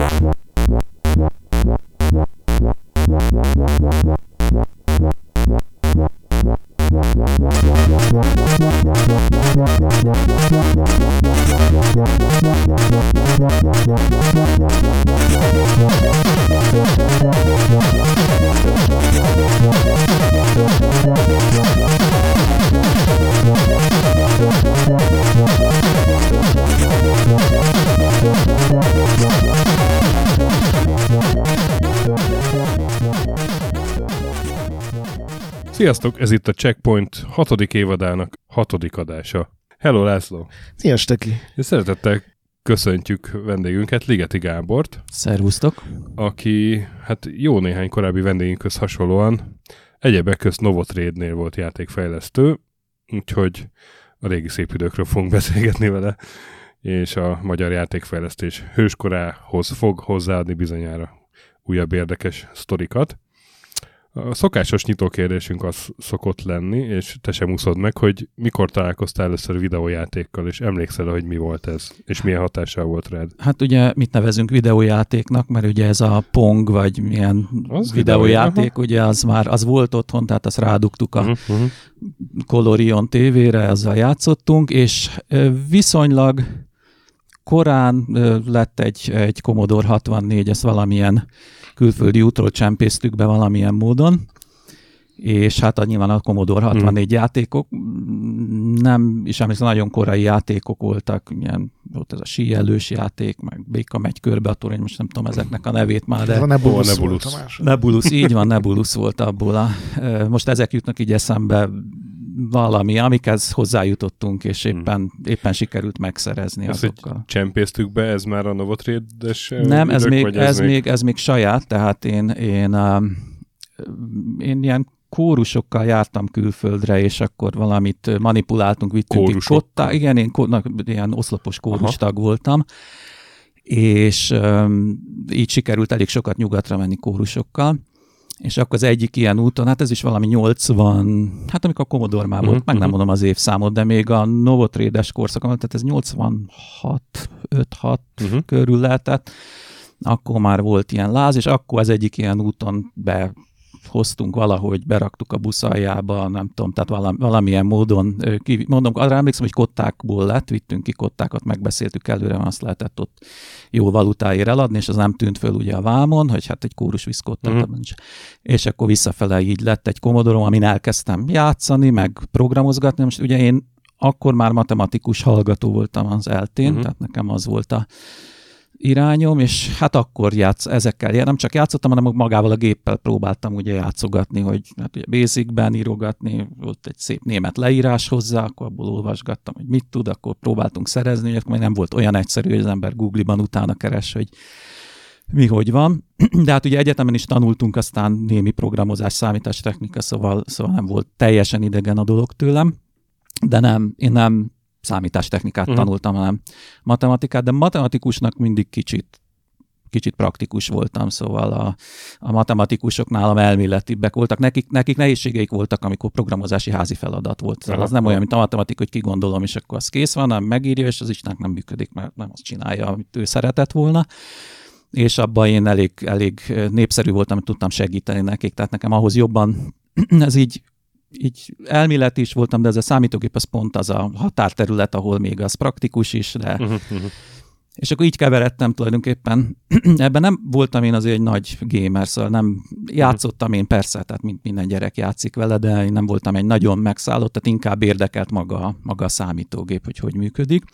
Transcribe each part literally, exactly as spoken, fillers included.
Sziasztok, ez itt a Checkpoint hatodik évadának hatodik adása. Hello, László! Sziasztok! Szeretettel köszöntjük vendégünket, Ligeti Gábort. Szervusztok! Aki, hát jó néhány korábbi vendégünkhöz hasonlóan egyebek közt Novotrade-nél volt játékfejlesztő, úgyhogy a régi szép időkről fogunk beszélgetni vele, és a magyar játékfejlesztés hőskorához fog hozzáadni bizonyára újabb érdekes sztorikat. A szokásos nyitókérdésünk az szokott lenni, és te sem úszod meg, hogy mikor találkoztál először videójátékkal, és emlékszel, hogy mi volt ez, és milyen hatással volt rád? Hát ugye mit nevezünk videójátéknak, mert ugye ez a Pong, vagy milyen az videójáték, ugye az már az volt otthon, tehát azt rádugtuk a uh-huh, uh-huh. Colorion tévére, azzal játszottunk, és viszonylag korán lett egy, egy Commodore hatvannégy, ezt valamilyen külföldi útról csempésztük be valamilyen módon, és hát nyilván a Commodore hatvannégy hmm. játékok nem, és emlékszem, nagyon korai játékok voltak, ilyen, volt ez a síelős játék, meg Béka megy körbe a torony, most nem tudom ezeknek a nevét már, de... Ez a Nebulus, oh, Nebulus. volt a másod. Nebulus, így van, Nebulus volt abból a... Most ezek jutnak így eszembe valami, amikhez hozzájutottunk, és éppen, éppen sikerült megszerezni ezt azokkal. Ezt csempésztük be, ez már a Novotrade-es Nem, idők, ez, még, ez, ez, még... még, ez még saját, tehát én, én, én ilyen kórusokkal jártam külföldre, és akkor valamit manipuláltunk, vittünk ki kottá. Igen, én na, ilyen oszlopos kórustag voltam, és um, így sikerült elég sokat nyugatra menni kórusokkal. És akkor az egyik ilyen úton, hát ez is valami nyolcvan, hát amikor a Commodore már volt, uh-huh, meg nem mondom az évszámot, de még a Novotrade-es korszakon, tehát ez nyolcvanhat, öt-hat uh-huh. körül lehetett, akkor már volt ilyen láz, és akkor az egyik ilyen úton behoztunk valahogy, beraktuk a busz aljába, nem tudom, tehát valami, valamilyen módon, mondom, arra emlékszem, hogy kottákból lett, vittünk ki kottákat, megbeszéltük előre, azt lehetett ott jó valutáért eladni, és az nem tűnt föl ugye a vámon, hogy hát egy kórus visz kottát, mm. és akkor visszafele így lett egy Commodore, amin elkezdtem játszani, meg programozgatni, most ugye én akkor már matematikus hallgató voltam az eltén, mm. tehát nekem az volt a irányom, és hát akkor játsz, ezekkel nem csak játszottam, hanem magával a géppel próbáltam ugye játszogatni, hogy hát ugye Basicben írogatni, volt egy szép német leírás hozzá, akkor abból olvasgattam, hogy mit tud, akkor próbáltunk szerezni, hogy akkor nem volt olyan egyszerű, hogy az ember Google-ban utána keres, hogy mi hogy van. De hát ugye egyetemen is tanultunk aztán némi programozás, számítástechnika, szóval, szóval nem volt teljesen idegen a dolog tőlem, de nem, én nem számítástechnikát uh-huh. tanultam, hanem matematikát, de matematikusnak mindig kicsit, kicsit praktikus voltam, szóval a, a matematikusok nálam elméletibbek voltak. Nekik, nekik nehézségeik voltak, amikor programozási házi feladat volt. Szóval az nem olyan, mint a matematik, hogy kigondolom, és akkor az kész van, hanem megírja, és az Istennek nem működik, mert nem azt csinálja, amit ő szeretett volna. És abban én elég, elég népszerű voltam, hogy tudtam segíteni nekik. Tehát nekem ahhoz jobban ez így így elméleti is voltam, de ez a számítógép az pont az a határterület, ahol még az praktikus is, de... Uh-huh, uh-huh. És akkor így keveredtem tulajdonképpen. Ebben nem voltam én azért egy nagy gamer, szóval nem játszottam én persze, tehát mint minden gyerek játszik vele, de én nem voltam egy nagyon megszállott, tehát inkább érdekelt maga, maga a számítógép, hogy hogy működik.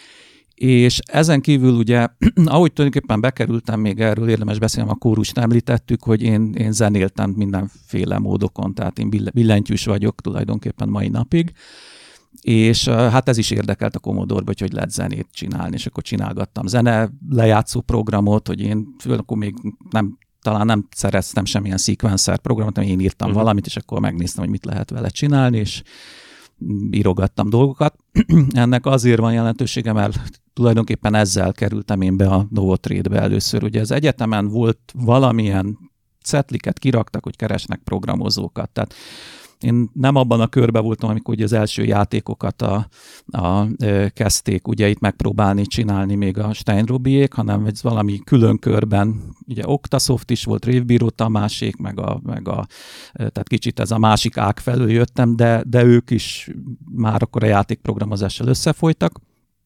És ezen kívül ugye, ahogy tulajdonképpen bekerültem, még erről érdemes beszélni, a kórust említettük, hogy én, én zenéltem mindenféle módokon, tehát én billentyűs vagyok tulajdonképpen mai napig, és hát ez is érdekelt a Commodore-ba, hogy hogy lehet zenét csinálni, és akkor csinálgattam zene lejátszó programot, hogy én föl, akkor még nem, talán nem szereztem semmilyen sequencer programot, hanem én írtam uh-huh. valamit, és akkor megnéztem, hogy mit lehet vele csinálni, és írogattam dolgokat. Ennek azért van jelentősége, mert tulajdonképpen ezzel kerültem én be a Novotrade-be először. Ugye az egyetemen volt valamilyen cetliket kiraktak, hogy keresnek programozókat. Tehát én nem abban a körben voltam, amikor ugye az első játékokat a, a, a, kezdték ugye itt megpróbálni csinálni még a Steinrobiék, hanem ez valami külön körben, ugye Octasoft is volt, Révbíró Tamásék, meg a, meg a, tehát kicsit ez a másik ág felől jöttem, de, de ők is már akkor a játékprogramozással összefolytak.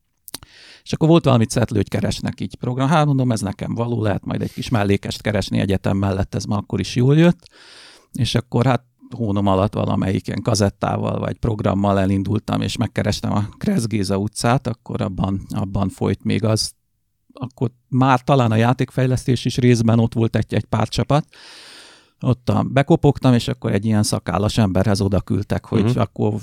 És akkor volt valami cetli, hogy keresnek így program. Hát mondom, ez nekem való, lehet majd egy kis mellékest keresni egyetem mellett, ez már akkor is jól jött. És akkor hát hónom alatt valamelyik ilyen kazettával vagy programmal elindultam, és megkerestem a Kressz Géza utcát, akkor abban, abban folyt még az, akkor már talán a játékfejlesztés is részben ott volt egy-egy pár csapat. Ott bekopogtam, és akkor egy ilyen szakállas emberhez oda küldtek, hogy uh-huh. akkor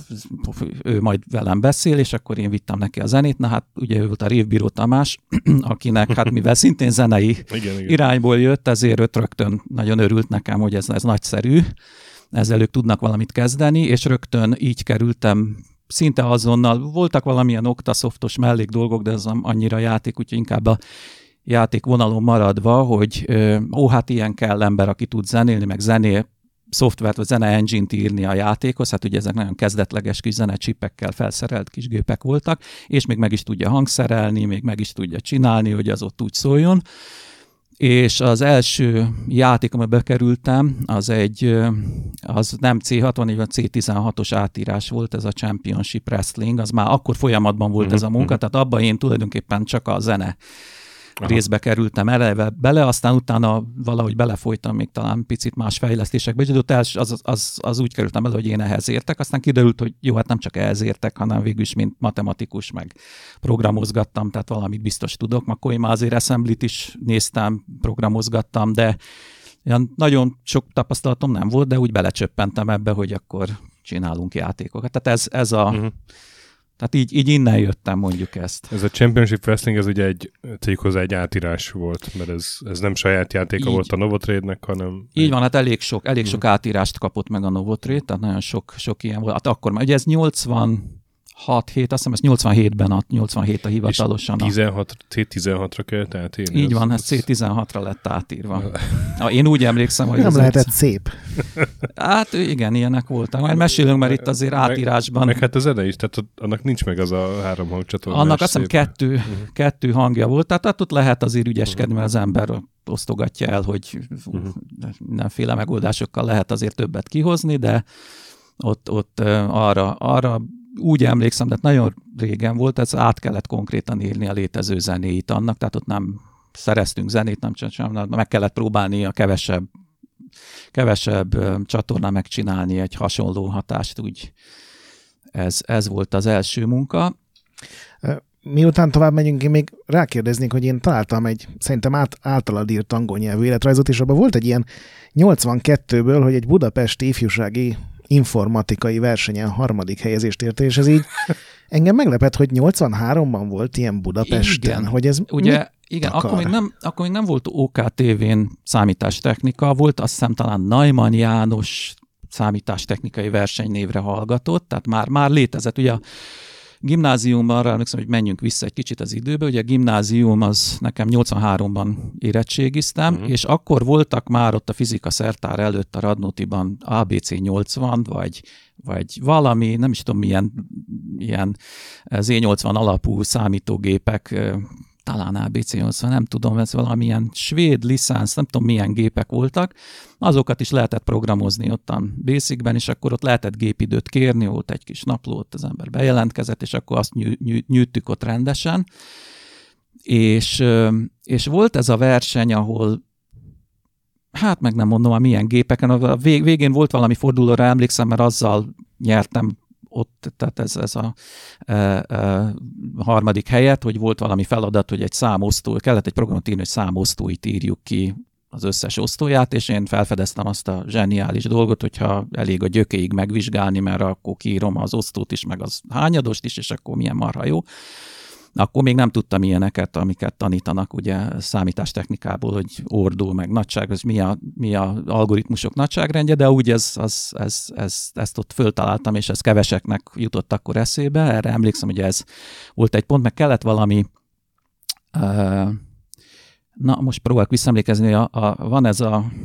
ő majd velem beszél, és akkor én vittem neki a zenét. Na hát ugye ő volt a Révbíró Tamás, akinek hát mivel szintén zenei igen, irányból jött, ezért őt rögtön nagyon örült nekem, hogy ez, ez nagyszerű. Ezzel ők tudnak valamit kezdeni, és rögtön így kerültem szinte azonnal. Voltak valamilyen Octasoftos mellék dolgok, de ez annyira játék, úgyhogy inkább a játékvonalon maradva, hogy ó, hát ilyen kell ember, aki tud zenélni, meg zené, szoftvert vagy zene engine-t írni a játékhoz, hát ugye ezek nagyon kezdetleges kis zenecsipekkel felszerelt kis gépek voltak, és még meg is tudja hangszerelni, még meg is tudja csinálni, hogy az ott úgy szóljon. És az első játék, amiben bekerültem, az egy, az nem cé hatvan, vagy cé tizenhatos átírás volt, ez a Championship Wrestling, az már akkor folyamatban volt uh-huh, ez a munka, uh-huh. tehát abban én tulajdonképpen csak a zene Aha. részbe kerültem eleve bele, aztán utána valahogy belefolytam még talán picit más fejlesztésekbe, és ott az, az, az, az úgy kerültem el, hogy én ehhez értek, aztán kiderült, hogy jó, hát nem csak ehhez értek, hanem végül is, mint matematikus, meg programozgattam, tehát valamit biztos tudok, akkor én már azért Assembly-t is néztem, programozgattam, de olyan nagyon sok tapasztalatom nem volt, de úgy belecsöppentem ebbe, hogy akkor csinálunk játékokat. Tehát ez, ez a uh-huh. Tehát így, így innen jöttem, mondjuk ezt. Ez a Championship Wrestling, ez ugye egy céghoz egy átírás volt, mert ez, ez nem saját játéka így volt a Novotrade-nek, hanem... Így van, hát elég sok, elég sok uh-huh. átírást kapott meg a Novotrade, tehát nagyon sok, sok ilyen volt. Hát akkor már, ugye ez nyolcvanhat hét, azt hiszem ez nyolcvanhétben, a, nyolcvanhét a hivatalosan. És cé tizenhatra kellett átírni? Így van, ez cé tizenhatra lett átírva. Én úgy emlékszem, hogy... Nem lehetett egy... szép. Hát igen, ilyenek voltak. Majd mesélünk, mert itt azért átírásban... Meg, meg hát a zene is, tehát annak nincs meg az a három hangcsatornás. Annak azt hiszem kettő, uh-huh. kettő hangja volt, tehát ott lehet azért ügyeskedni, uh-huh. mert az ember osztogatja el, hogy uh-huh. mindenféle megoldásokkal lehet azért többet kihozni, de ott, ott arra, arra úgy emlékszem, de nagyon régen volt, ez át kellett konkrétan írni a létező zenéit annak, tehát ott nem szereztünk zenét, nem csak meg kellett próbálni a kevesebb, kevesebb csatornán megcsinálni egy hasonló hatást, úgy ez, ez volt az első munka. Miután tovább megyünk, én még rákérdeznék, hogy én találtam egy, szerintem át, általad írt angol nyelvű életrajzot, és abban volt egy ilyen nyolcvankettőből, hogy egy budapesti ifjúsági informatikai versenyen harmadik helyezést ért, és ez így engem meglepett, hogy nyolcvanháromban volt ilyen Budapesten, igen. hogy ez ugye, igen, akkor még, nem, akkor még nem volt ó ká té vén számítástechnika, volt azt hiszem talán Neumann János számítástechnikai versenynévre hallgatott, tehát már, már létezett, ugye a gimnáziumban, arra emlékszem, hogy menjünk vissza egy kicsit az időbe, ugye a gimnázium az nekem nyolcvanháromban érettségiztem, uh-huh. és akkor voltak már ott a fizika szertár előtt a Radnótiban á bé cé nyolcvan, vagy, vagy valami, nem is tudom milyen ilyen zé nyolcvan alapú számítógépek, talán á bé cé nyolcvan, nem tudom, ez valamilyen svéd licensz, nem tudom milyen gépek voltak, azokat is lehetett programozni ottan Basicben, és akkor ott lehetett gépidőt kérni, volt egy kis napló, ott az ember bejelentkezett, és akkor azt nyű, nyű, nyűjtük ott rendesen. És, és volt ez a verseny, ahol hát meg nem mondom, a milyen gépeken, a végén volt valami fordulóra, emlékszem, mert azzal nyertem ott, tehát ez, ez a e, e, harmadik helyet, hogy volt valami feladat, hogy egy számosztó, kellett egy programot írni, hogy számosztóit írjuk ki az összes osztóját, és én felfedeztem azt a zseniális dolgot, hogyha elég a gyökéig megvizsgálni, mert akkor kiírom az osztót is, meg az hányadost is, és akkor milyen marha jó. Akkor még nem tudtam ilyeneket, amiket tanítanak ugye számítástechnikából, hogy ordó, meg nagyság, ez mi a, mi a algoritmusok nagyságrendje, de úgy ez, az, ez, ez, ezt ott föltaláltam, és ez keveseknek jutott akkor eszébe. Erre emlékszem, hogy ez volt egy pont, meg kellett valami, uh, na most próbálok visszaemlékezni, a, a, van ez a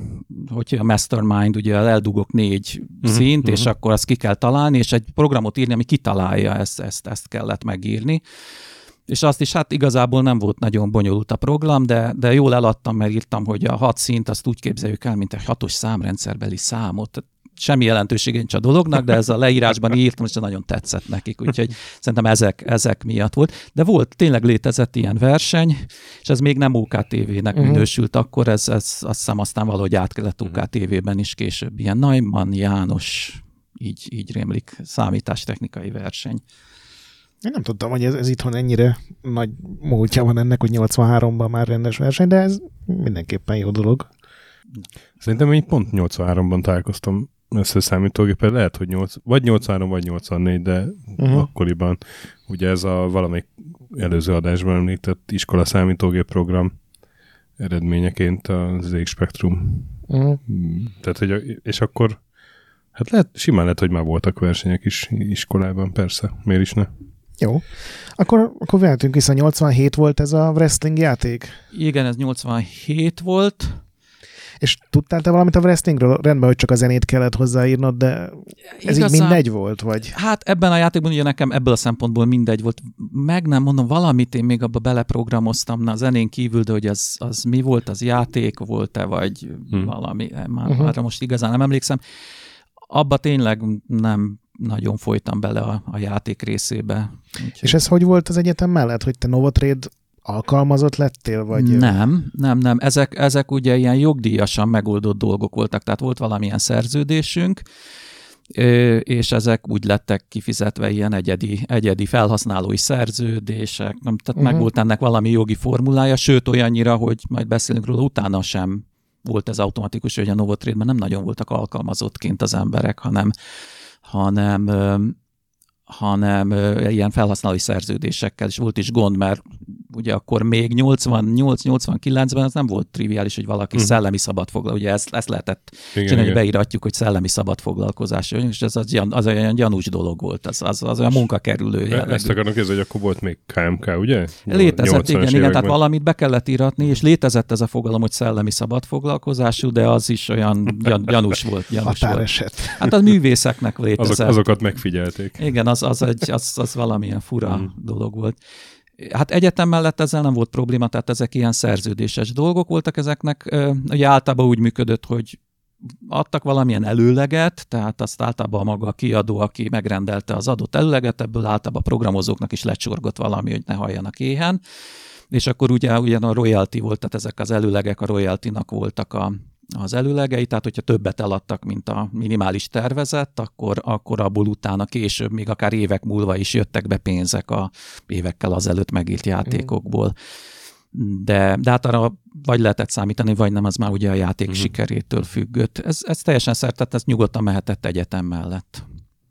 hogy a mastermind, ugye eldugok négy uh-huh, színt, uh-huh. és akkor azt ki kell találni, és egy programot írni, ami kitalálja, ezt, ezt, ezt kellett megírni. És azt is, hát igazából nem volt nagyon bonyolult a program, de, de jól eladtam, mert írtam, hogy a hat színt azt úgy képzeljük el, mint egy hatos számrendszerbeli számot. Semmi jelentősége nincs a dolognak, de ez a leírásban írtam, és nagyon tetszett nekik, úgyhogy szerintem ezek, ezek miatt volt. De volt, tényleg létezett ilyen verseny, és ez még nem ó ká té vének uh-huh. minősült akkor, ez, ez azt hiszem aztán valahogy át kellett ó ká té vében is később. Ilyen Neumann János, így, így rémlik, számítástechnikai verseny. Én nem tudtam, hogy ez, ez itthon ennyire nagy múltja van ennek, hogy nyolcvanháromban már rendes verseny, de ez mindenképpen jó dolog. Szerintem én pont nyolcvanháromban találkoztam össze számítógéppel, lehet, hogy nyolc, vagy nyolcvanhárom, vagy nyolcvannégy, de uh-huh. akkoriban ugye ez a valamelyik előző adásban említett iskola számítógép program eredményeként az zé iksz Spectrum. Uh-huh. Tehát, hogy, és akkor hát lehet, simán lehet, hogy már voltak versenyek is iskolában, persze, miért is ne? Jó. Akkor, akkor vehetünk vissza, nyolcvanhét volt ez a wrestling játék? Igen, ez nyolcvanhét volt. És tudtál te valamit a wrestlingről? Rendben, hogy csak a zenét kellett hozzáírnod, de ez Igazán, így mindegy volt? Vagy? Hát ebben a játékban ugye nekem ebből a szempontból mindegy volt. Meg nem mondom, valamit én még abba beleprogramoztam, na a zenén kívül, de hogy az, az mi volt, az játék volt-e, vagy hmm. valami, már, uh-huh. már most igazán nem emlékszem. Abba tényleg nem nagyon folytam bele a, a játék részébe. Úgyhogy... És ez hogy volt az egyetem mellett, hogy te Novotrade alkalmazott lettél? Vagy... Nem, nem, nem. Ezek, ezek ugye ilyen jogdíjasan megoldott dolgok voltak, tehát volt valamilyen szerződésünk, és ezek úgy lettek kifizetve ilyen egyedi, egyedi felhasználói szerződések, nem, tehát uh-huh. meg volt ennek valami jogi formulája, sőt olyannyira, hogy majd beszélünk róla, utána sem volt ez automatikus, hogy a Novotrade-ben nem nagyon voltak alkalmazottként az emberek, hanem hanem, hanem ilyen felhasználói szerződésekkel is volt is gond, mert ugye akkor még nyolcvannyolc-nyolcvankilencben ez nem volt triviális, hogy valaki uh-huh. szellemi szabadfoglalkozás, ugye ezt, ezt lehetett csinálni, hogy beíratjuk, hogy szellemi szabadfoglalkozás, és ez az, az olyan gyanús dolog volt, az, az, az olyan munkakerülő jellegű. Ezt akarnak kérdezni, hogy akkor volt még ká em ká, ugye? Létezett, igen, igen, tehát valamit be kellett íratni, és létezett ez a fogalom, hogy szellemi szabadfoglalkozású, de az is olyan gyan, gyanús volt. Gyanús Határeset. Volt. Hát a művészeknek létezett. Azok, azokat megfigyelték. Igen, az, az, egy, az, az valamilyen fura mm. dolog volt. Hát egyetem mellett ezzel nem volt probléma, tehát ezek ilyen szerződéses dolgok voltak ezeknek. Ugye általában úgy működött, hogy adtak valamilyen előleget, tehát azt általában maga a kiadó, aki megrendelte az adott előleget, ebből általában a programozóknak is lecsorgott valami, hogy ne halljanak éhen. És akkor ugye ugyan a royalty volt, tehát ezek az előlegek a royalty-nak voltak a az előlegei, tehát hogyha többet eladtak, mint a minimális tervezett, akkor, akkor abból utána később, még akár évek múlva is jöttek be pénzek a évekkel azelőtt megírt játékokból. De, de hát arra vagy lehetett számítani, vagy nem, az már ugye a játék mm. sikerétől függött. Ez, ez teljesen szert, tehát ez nyugodtan mehetett egyetem mellett.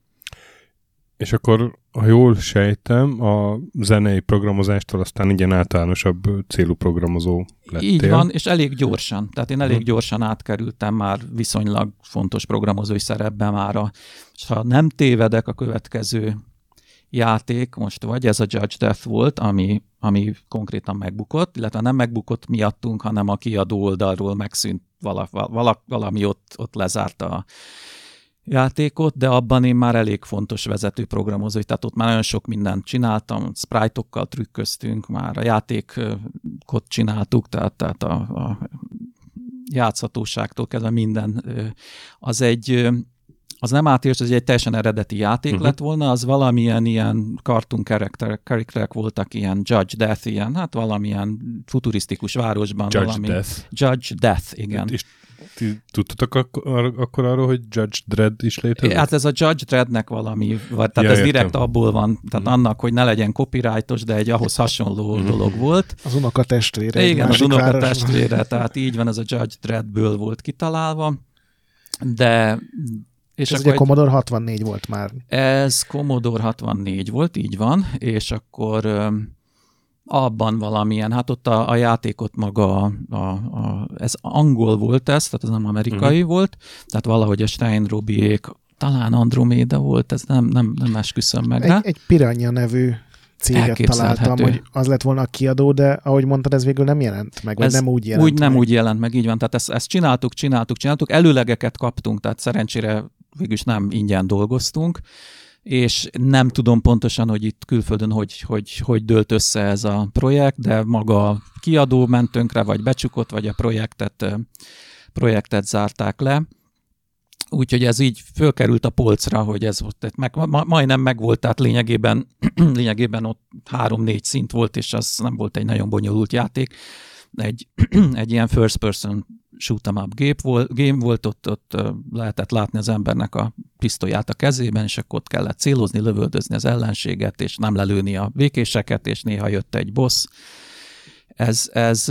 És akkor, ha jól sejtem, a zenei programozástól aztán igen általánosabb célú programozó lettél. Így van, és elég gyorsan. Tehát én elég gyorsan átkerültem már viszonylag fontos programozói szerepbe már. A, és ha nem tévedek, a következő játék most vagy ez a Judge Death volt, ami, ami konkrétan megbukott, illetve nem megbukott miattunk, hanem a kiadó oldalról megszűnt vala, vala, valami ott, ott lezárta a játékot, de abban én már elég fontos vezető programozó, tehát ott már nagyon sok mindent csináltam, sprite-okkal trükköztünk, már a játékot csináltuk, tehát, tehát a, a játszhatóságtól kezdve minden. Az egy, az nem átírt, az egy teljesen eredeti játék uh-huh. lett volna, az valamilyen ilyen cartoon karakterek voltak, ilyen Judge Death, ilyen, hát valamilyen futurisztikus városban. Judge valami, Death. Judge Death, igen. És ti tudtatok akkor, akkor arról, hogy Judge Dredd is létezik? Hát ez a Judge Dreddnek valami, vagy, tehát ja, ez direkt értem. abból van, tehát mm. annak, hogy ne legyen copyrightos, de egy ahhoz hasonló mm. dolog volt. Az unoka testvére. Igen, az unoka testvére, tehát így van, ez a Judge Dreddből volt kitalálva, de... És ez ugye Commodore hatvannégy volt már. Ez Commodore hatvannégy volt, így van, és akkor... abban valamilyen, hát ott a, a játékot maga, a, a, a, ez angol volt ez, tehát ez nem amerikai uh-huh. volt, tehát valahogy a Stein-Robiék, talán Andromeda volt, ez nem, nem, nem esküszöm meg egy, rá. Egy Piranha nevű céget találtam, hogy az lett volna a kiadó, de ahogy mondtad, ez végül nem jelent meg, vagy ez nem úgy jelent úgy, meg. Nem úgy jelent meg, így van. Tehát ezt, ezt csináltuk, csináltuk, csináltuk. Előlegeket kaptunk, tehát szerencsére végülis nem ingyen dolgoztunk, és nem tudom pontosan, hogy itt külföldön hogy, hogy, hogy dőlt össze ez a projekt, de maga a kiadó ment tönkre, vagy becsukott, vagy a projektet, projektet zárták le. Úgyhogy ez így fölkerült a polcra, hogy ez volt, meg, ma, majdnem megvolt, tehát lényegében, lényegében ott három-négy szint volt, és az nem volt egy nagyon bonyolult játék. Egy, egy ilyen first person shoot 'em up game volt, game volt ott, ott lehetett látni az embernek a pisztolyát a kezében, és akkor ott kellett célozni, lövöldözni az ellenséget, és nem lelőni a békéseket, és néha jött egy boss. Ez, ez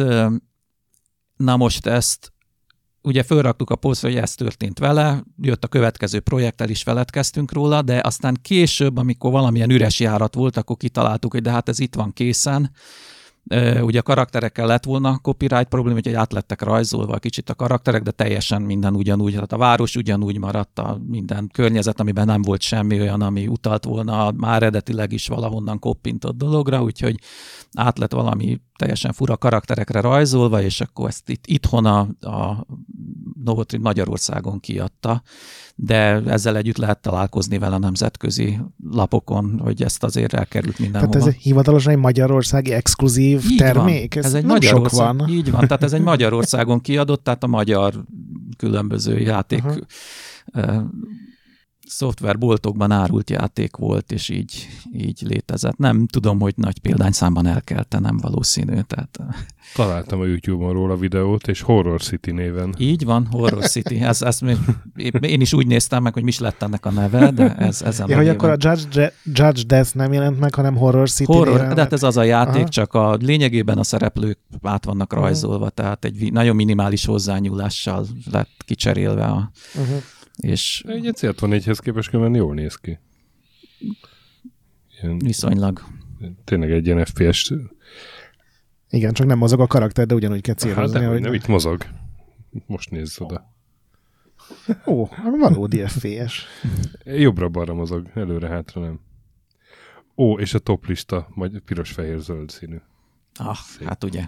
na most ezt ugye fölraktuk a polcra, hogy ez történt vele, jött a következő projekttel is feledkeztünk róla, de aztán később, amikor valamilyen üres járat volt, akkor kitaláltuk, hogy de hát ez itt van készen. Ugye a karakterekkel lett volna copyright probléma, hogy át lettek rajzolva kicsit a karakterek, de teljesen minden ugyanúgy, tehát a város ugyanúgy maradt, a minden környezet, amiben nem volt semmi olyan, ami utalt volna már eredetileg is valahonnan koppintott dologra, úgyhogy át lett valami teljesen fura karakterekre rajzolva, és akkor ezt itt, itthon a, a Novotrade Magyarországon kiadta, de ezzel együtt lehet találkozni vele nemzetközi lapokon, hogy ezt azért elkerült mindenhova. Tehát ez egy hivatalosan egy magyarországi exkluzív így termék? Van. Ez, ez egy nem sok van. Így van, tehát ez egy Magyarországon kiadott, tehát a magyar különböző játék uh-huh. szoftverboltokban árult játék volt, és így, így létezett. Nem tudom, hogy nagy példányszámban elkelte, nem valószínű. Tehát... Találtam a YouTube-on róla videót, és Horror City néven. Így van, Horror City. Ez, ez még, én is úgy néztem meg, hogy mi is lett ennek a neve, de ez ezen ja, a hogy éven. akkor a Judge, Judge Death nem jelent meg, hanem Horror City Horror, néven. de hát ez az a játék, aha. csak a lényegében a szereplők át vannak rajzolva, uh-huh. tehát egy nagyon minimális hozzányúlással lett kicserélve a uh-huh. és egy C hatvannégyhez képest különben jól néz ki. Ilyen, viszonylag. Tényleg egy ilyen ef pé es. Igen, csak nem mozog a karakter, de ugyanúgy kell célozni. Hát, hogy nem itt mozog. Most nézz oda. Ó, valódi ef pé es. Jobbra-balra mozog, előre-hátra nem. Ó, és a top lista, majd piros-fehér-zöld színű. Ah, szép. Hát ugye.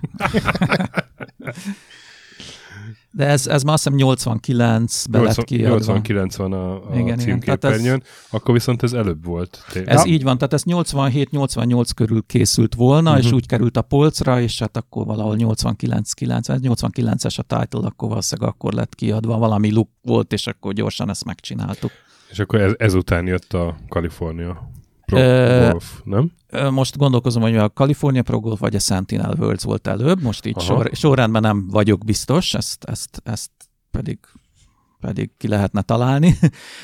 De ez, ez már azt hiszem nyolcvankilencben lett kiadva. nyolcvankilenc van a, a igen, címképernyőn, ez, akkor viszont ez előbb volt. Ez ja. így van, tehát ez nyolcvanhét nyolcvannyolc körül készült volna, uh-huh. és úgy került a polcra, és hát akkor valahol nyolcvankilenc kilencven, nyolcvankilences a title, akkor valószínűleg akkor lett kiadva, valami look volt, és akkor gyorsan ezt megcsináltuk. És akkor ez, ezután jött a California Pro Ö, Golf, nem? Most gondolkozom, hogy a California Pro Golf vagy a Sentinel Worlds volt előbb, most így sor, sorrendben nem vagyok biztos, ezt, ezt, ezt pedig, pedig ki lehetne találni.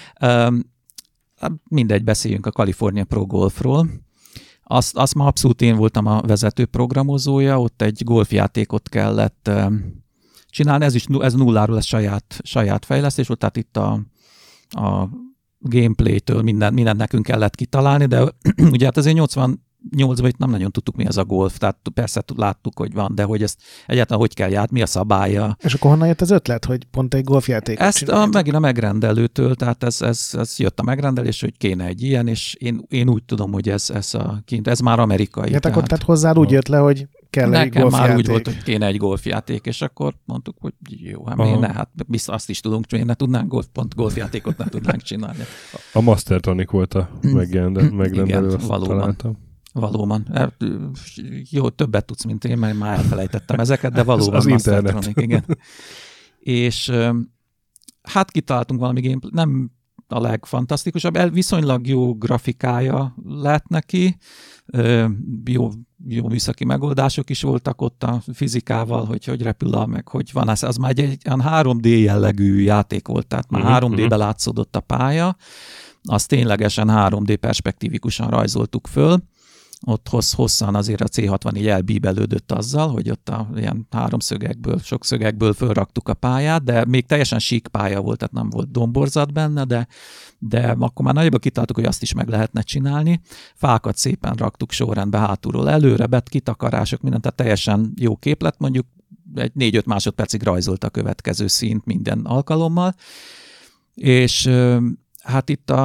Mindegy, beszéljünk a California Pro Golfról. Azt, azt már abszolút én voltam a vezető programozója, ott egy golfjátékot kellett csinálni, ez is ez nulláról ez saját, saját fejlesztés volt, tehát itt a, a gameplaytől minden, mindent nekünk kellett kitalálni, de ugye hát azért nyolcvannyolcban itt nem nagyon tudtuk, mi az a golf, tehát persze láttuk, hogy van, de hogy ezt egyáltalán hogy kell játni, mi a szabálya. És akkor honnan jött az ötlet, hogy pont egy golfjátékot ezt a, megint a megrendelőtől, tehát ez, ez, ez jött a megrendelés, hogy kéne egy ilyen, és én, én úgy tudom, hogy ez, ez, a, ez már amerikai. Ja, tehát, akkor tehát hozzá úgy jött le, hogy kell egy golfjáték. Nekem már úgy volt, hogy kéne egy golfjáték, és akkor mondtuk, hogy jó, hát miért ne, hát biztos azt is tudunk, hogy ne tudnánk golf, pont golfjátékot nem tudnánk csinálni. A Master Tonic volt a megrendelő, azt valóban. Találtam. Valóban. Jó, többet tudsz, mint én, mert már elfelejtettem ezeket, de valóban az Master internet. Tonic, igen. És hát kitaláltunk valami gameplay, nem a legfantasztikusabb, el viszonylag jó grafikája lett neki, jó, jó műszaki megoldások is voltak ott a fizikával, hogy hogy repül a, meg hogy van, az, az már egy, egy három dé jellegű játék volt, tehát már uh-huh, három dé-be uh-huh. látszódott a pálya, azt ténylegesen három dé perspektívikusan rajzoltuk föl, ott hossz, hosszan azért a cé hatvannégy elbíbelődött azzal, hogy ott a ilyen háromszögekből, sok szögekből fölraktuk a pályát, de még teljesen sík pálya volt, tehát nem volt domborzat benne, de, de akkor már nagyjából kitaláltuk, hogy azt is meg lehetne csinálni. Fákat szépen raktuk sorrendbe hátulról előre, bet, kitakarások, minden, tehát teljesen jó képlet, mondjuk egy négy-öt másodpercig rajzolt a következő színt minden alkalommal, és hát itt a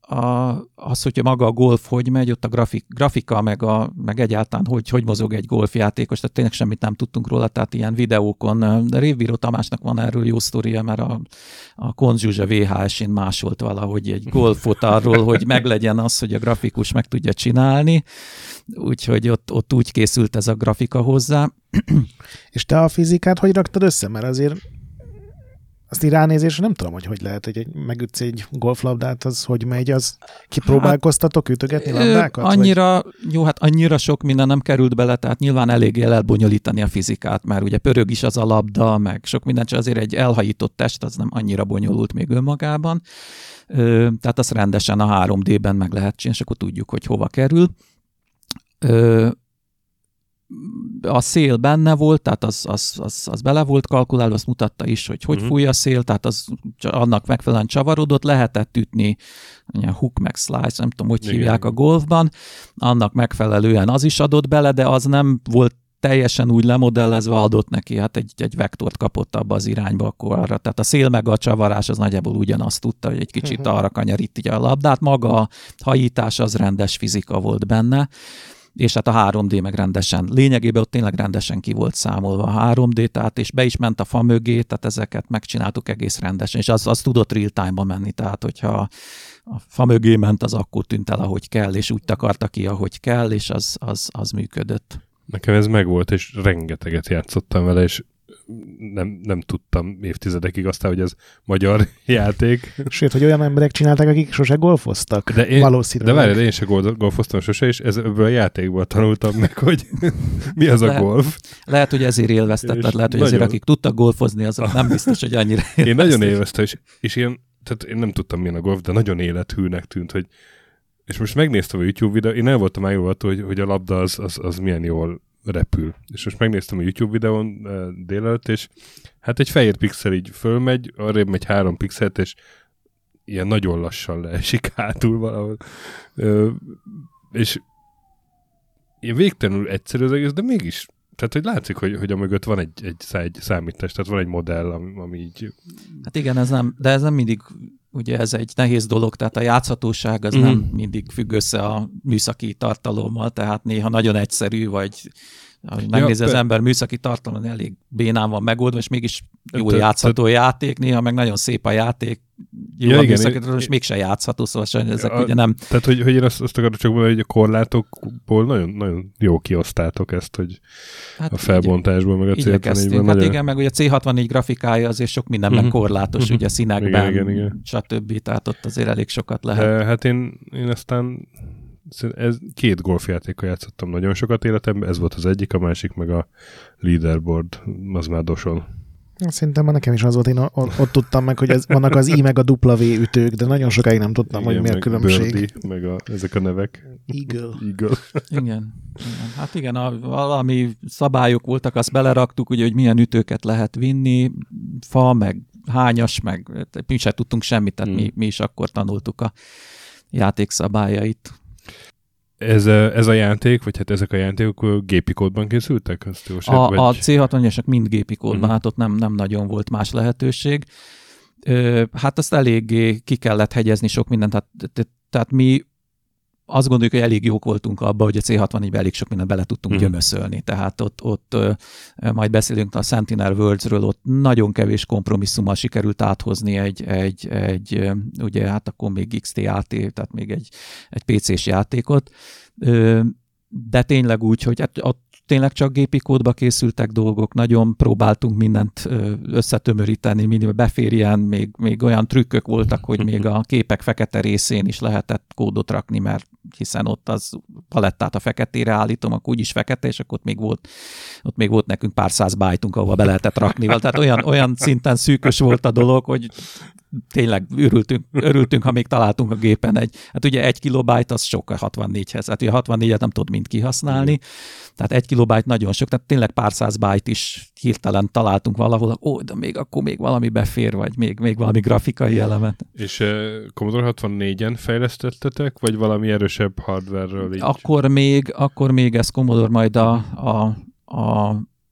a, az, hogyha maga a golf hogy megy, ott a grafik, grafika, meg, a, meg egyáltalán hogy, hogy mozog egy golfjátékos, tehát tényleg semmit nem tudtunk róla, tehát ilyen videókon. De Révbíró Tamásnak van erről jó sztoria, mert a, a Konz Zsuzsa vé há es-én másolt valahogy egy golfot arról, hogy meglegyen az, hogy a grafikus meg tudja csinálni, úgyhogy ott, ott úgy készült ez a grafika hozzá. És te a fizikát hogy raktad össze? Mert azért azt így ránézésre nem tudom, hogy hogy lehet, hogy egy, megütsz egy golflabdát, az hogy megy, az kipróbálkoztatok ütögetni labdákat? Annyira, vagy? Jó, hát annyira sok minden nem került bele, tehát nyilván eléggé el lehet bonyolítani a fizikát, mert ugye pörög is az a labda, meg sok minden, csak azért egy elhajított test, az nem annyira bonyolult még önmagában. Tehát azt rendesen a három dé-ben meg lehet csinálni, és akkor tudjuk, hogy hova kerül. A szél benne volt, tehát az, az, az, az bele volt kalkulálva, azt mutatta is, hogy hogy uh-huh. fúj a szél, tehát az annak megfelelően csavarodott, lehetett ütni hook meg slice, nem tudom, hogy igen, hívják a golfban, annak megfelelően az is adott bele, de az nem volt teljesen úgy lemodellezve, adott neki, hát egy, egy vektort kapott abba az irányba akkor arra. Tehát a szél meg a csavarás az nagyjából ugyanazt tudta, hogy egy kicsit uh-huh. arra kanyarítja a labdát, maga a hajítás az rendes fizika volt benne, és hát a három dé meg rendesen, lényegében ott tényleg rendesen ki volt számolva a három dé, tehát és be is ment a fa mögé, tehát ezeket megcsináltuk egész rendesen, és az, az tudott real time-ba menni, tehát hogyha a fa mögé ment, az akkor tűnt el, ahogy kell, és úgy takarta ki, ahogy kell, és az, az, az működött. Nekem ez megvolt, és rengeteget játszottam vele, és nem, nem tudtam évtizedekig aztán, hogy ez magyar játék. Sőt, hogy olyan emberek csinálták, akik sose golfoztak. De én, valószínűleg. De várj, én se golfoztam sose, és ez, ebből a játékból tanultam meg, hogy mi az a golf. Lehet, hogy ezért élveztetted, lehet, hogy nagyon... ezért akik tudtak golfozni, azok nem biztos, hogy annyira élveztek. Én nagyon élveztem, és, és ilyen, tehát én nem tudtam, milyen a golf, de nagyon élethűnek tűnt, hogy és most megnéztem a YouTube videót, én el voltam megolvató, hogy, hogy a labda az, az, az milyen jól repül. És most megnéztem a YouTube videón uh, délelőtt, és hát egy fehér pixel így fölmegy, arrébb megy három pixelt, és ilyen nagyon lassan leesik hátul valahol. Uh, és ilyen végtelenül egyszerű az egész, de mégis, tehát hogy látszik, hogy, hogy a mögött van egy, egy, egy számítás, tehát van egy modell, ami, ami így... Hát igen, ez nem, de ez nem mindig, ugye ez egy nehéz dolog, tehát a játszhatóság az mm. nem mindig függ össze a műszaki tartalommal, tehát néha nagyon egyszerű, vagy ahogy megnézi ja, az ember műszaki tartalom, elég bénán van megoldva, és mégis jól játszható te, játék, néha meg nagyon szép a játék, jó ja, a műszaki tartalom, és mégse játszható, szóval sajnos ezek a, ugye nem... Tehát, hogy, hogy én azt, azt akarom csak mondani, hogy a korlátokból nagyon, nagyon jó kiosztátok ezt, hogy hát a felbontásból, meg a cé hatvannégyben. Hát igen, meg ugye a cé hatvannégy grafikája azért sok mindenben uh-huh. korlátos, uh-huh. ugye színekben, igen, igen, igen. stb. Tehát ott azért elég sokat lehet. De, hát én, én aztán ez, két golfjátékkal játszottam nagyon sokat életemben, ez volt az egyik, a másik meg a leaderboard, az már doson. Szerintem már nekem is az volt, én ott, ott tudtam meg, hogy ez, vannak az I meg a W ütők, de nagyon sokáig nem tudtam, igen, hogy mi a különbség. Birdie, meg a, ezek a nevek. Eagle. Eagle. Igen. igen. Hát igen, a, valami szabályok voltak, azt beleraktuk, ugye, hogy milyen ütőket lehet vinni, fa, meg hányas, meg mi sem tudtunk semmit, tehát hmm. mi, mi is akkor tanultuk a játékszabályait. Ez a, ez a játék, vagy hát ezek a játékok gépi kódban készültek? Azt jó, a, vagy... a cé hatvannégyesek mind gépi kódban, uh-huh. hát ott nem, nem nagyon volt más lehetőség. Ö, hát azt eléggé ki kellett hegyezni sok mindent, tehát, tehát mi azt gondoljuk, hogy elég jók voltunk abban, hogy a cé hatvannégyben elég sok mindent bele tudtunk uh-huh. gyömöszölni. Tehát ott, ott ö, majd beszélünk a Sentinel Worlds-ről, ott nagyon kevés kompromisszummal sikerült áthozni egy, egy, egy ugye hát akkor még iksz té á té, tehát még egy, egy pé cés játékot. Ö, de tényleg úgy, hogy hát ott tényleg csak gépi kódba készültek dolgok, nagyon próbáltunk mindent összetömöríteni, minimum beférjen, még, még olyan trükkök voltak, hogy még a képek fekete részén is lehetett kódot rakni, mert hiszen ott az palettát a feketére állítom, akkor úgyis fekete, és akkor ott még volt, ott még volt nekünk pár száz bájtunk, ahova be lehetett rakni. Tehát olyan, olyan szinten szűkös volt a dolog, hogy tényleg örültünk, örültünk, ha még találtunk a gépen egy, hát ugye egy kilobájt az sok a hatvannégyhez, hát ugye a hatvannégyet nem tudod mind kihasználni, tehát egy kilobájt nagyon sok, tehát tényleg pár száz bájt is hirtelen találtunk valahol, ó, de még akkor még valami befér, vagy még, még valami grafikai elemet. És uh, Commodore hatvannégyen fejlesztettetek, vagy valami erősebb hardware-ről így? Akkor még, akkor még ez Commodore majd a, a, a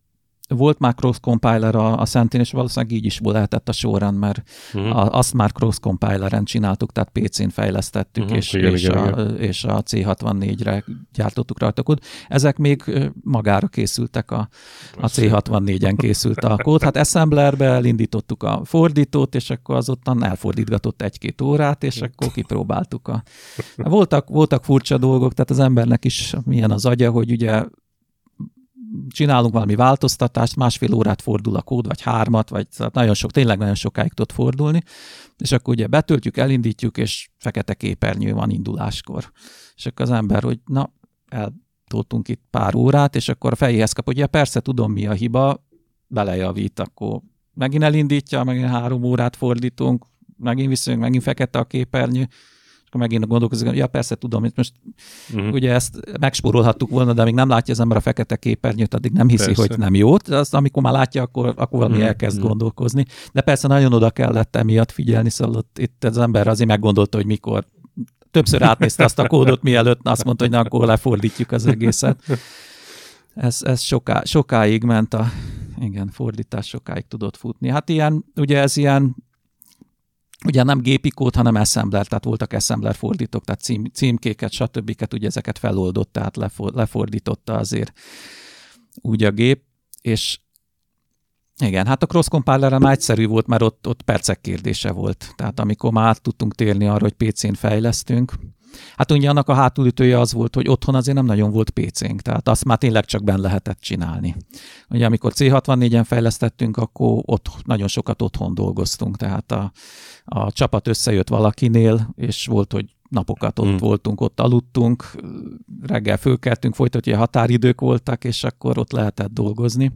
volt már cross-compiler a, a Sentinel, és valószínűleg így is lehetett a során, mert uh-huh. a, azt már cross-compileren csináltuk, tehát pé cén fejlesztettük, uh-huh. és, igen, és, igen, a, igen. és a cé hatvannégyre gyártottuk rajta kód. Ezek még magára készültek, a, a cé hatvannégyen készült a kód. Hát assemblerbe elindítottuk a fordítót, és akkor azután elfordítgatott egy-két órát, és akkor kipróbáltuk. A... Voltak, voltak furcsa dolgok, tehát az embernek is milyen az agya, hogy ugye csinálunk valami változtatást, másfél órát fordul a kód, vagy hármat, vagy nagyon sok, tényleg nagyon sokáig tud fordulni, és akkor ugye betöltjük, elindítjuk, és fekete képernyő van induláskor. És akkor az ember, hogy na, eltoltunk itt pár órát, és akkor a fejéhez kap, hogy ja, persze tudom, mi a hiba, belejavít, akkor megint elindítja, megint három órát fordítunk, megint viszont, megint fekete a képernyő, akkor megint gondolkozik, ja persze tudom, hogy most uh-huh. ugye ezt megspórolhattuk volna, de még nem látja az ember a fekete képernyőt, addig nem hiszi, persze. hogy nem jó. De azt, amikor már látja, akkor, akkor valami uh-huh. elkezd uh-huh. gondolkozni. De persze nagyon oda kellett emiatt figyelni, szóval ott, itt az ember azért meggondolta, hogy mikor többször átnézte azt a kódot, mielőtt azt mondta, hogy na, akkor lefordítjuk az egészet. Ez, ez soká, sokáig ment a igen, fordítás sokáig tudott futni. Hát ilyen, ugye ez ilyen ugye nem gépi kód, hanem assembler, tehát voltak assembler fordítók, tehát cím, címkéket, stb. Ugye ezeket feloldott, tehát lefor, lefordította azért úgy a gép, és igen, hát a cross-compilerem egyszerű volt, mert ott, ott percek kérdése volt. Tehát amikor már át tudtunk térni arra, hogy pé cén fejlesztünk, hát ugye annak a hátulütője az volt, hogy otthon azért nem nagyon volt pé cénk, tehát azt már tényleg csak benn lehetett csinálni. Ugye amikor cé hatvannégyen fejlesztettünk, akkor ott nagyon sokat otthon dolgoztunk, tehát a, a csapat összejött valakinél, és volt, hogy napokat ott hmm. voltunk, ott aludtunk, reggel fölkeltünk, folytatva, hogy határidők voltak, és akkor ott lehetett dolgozni.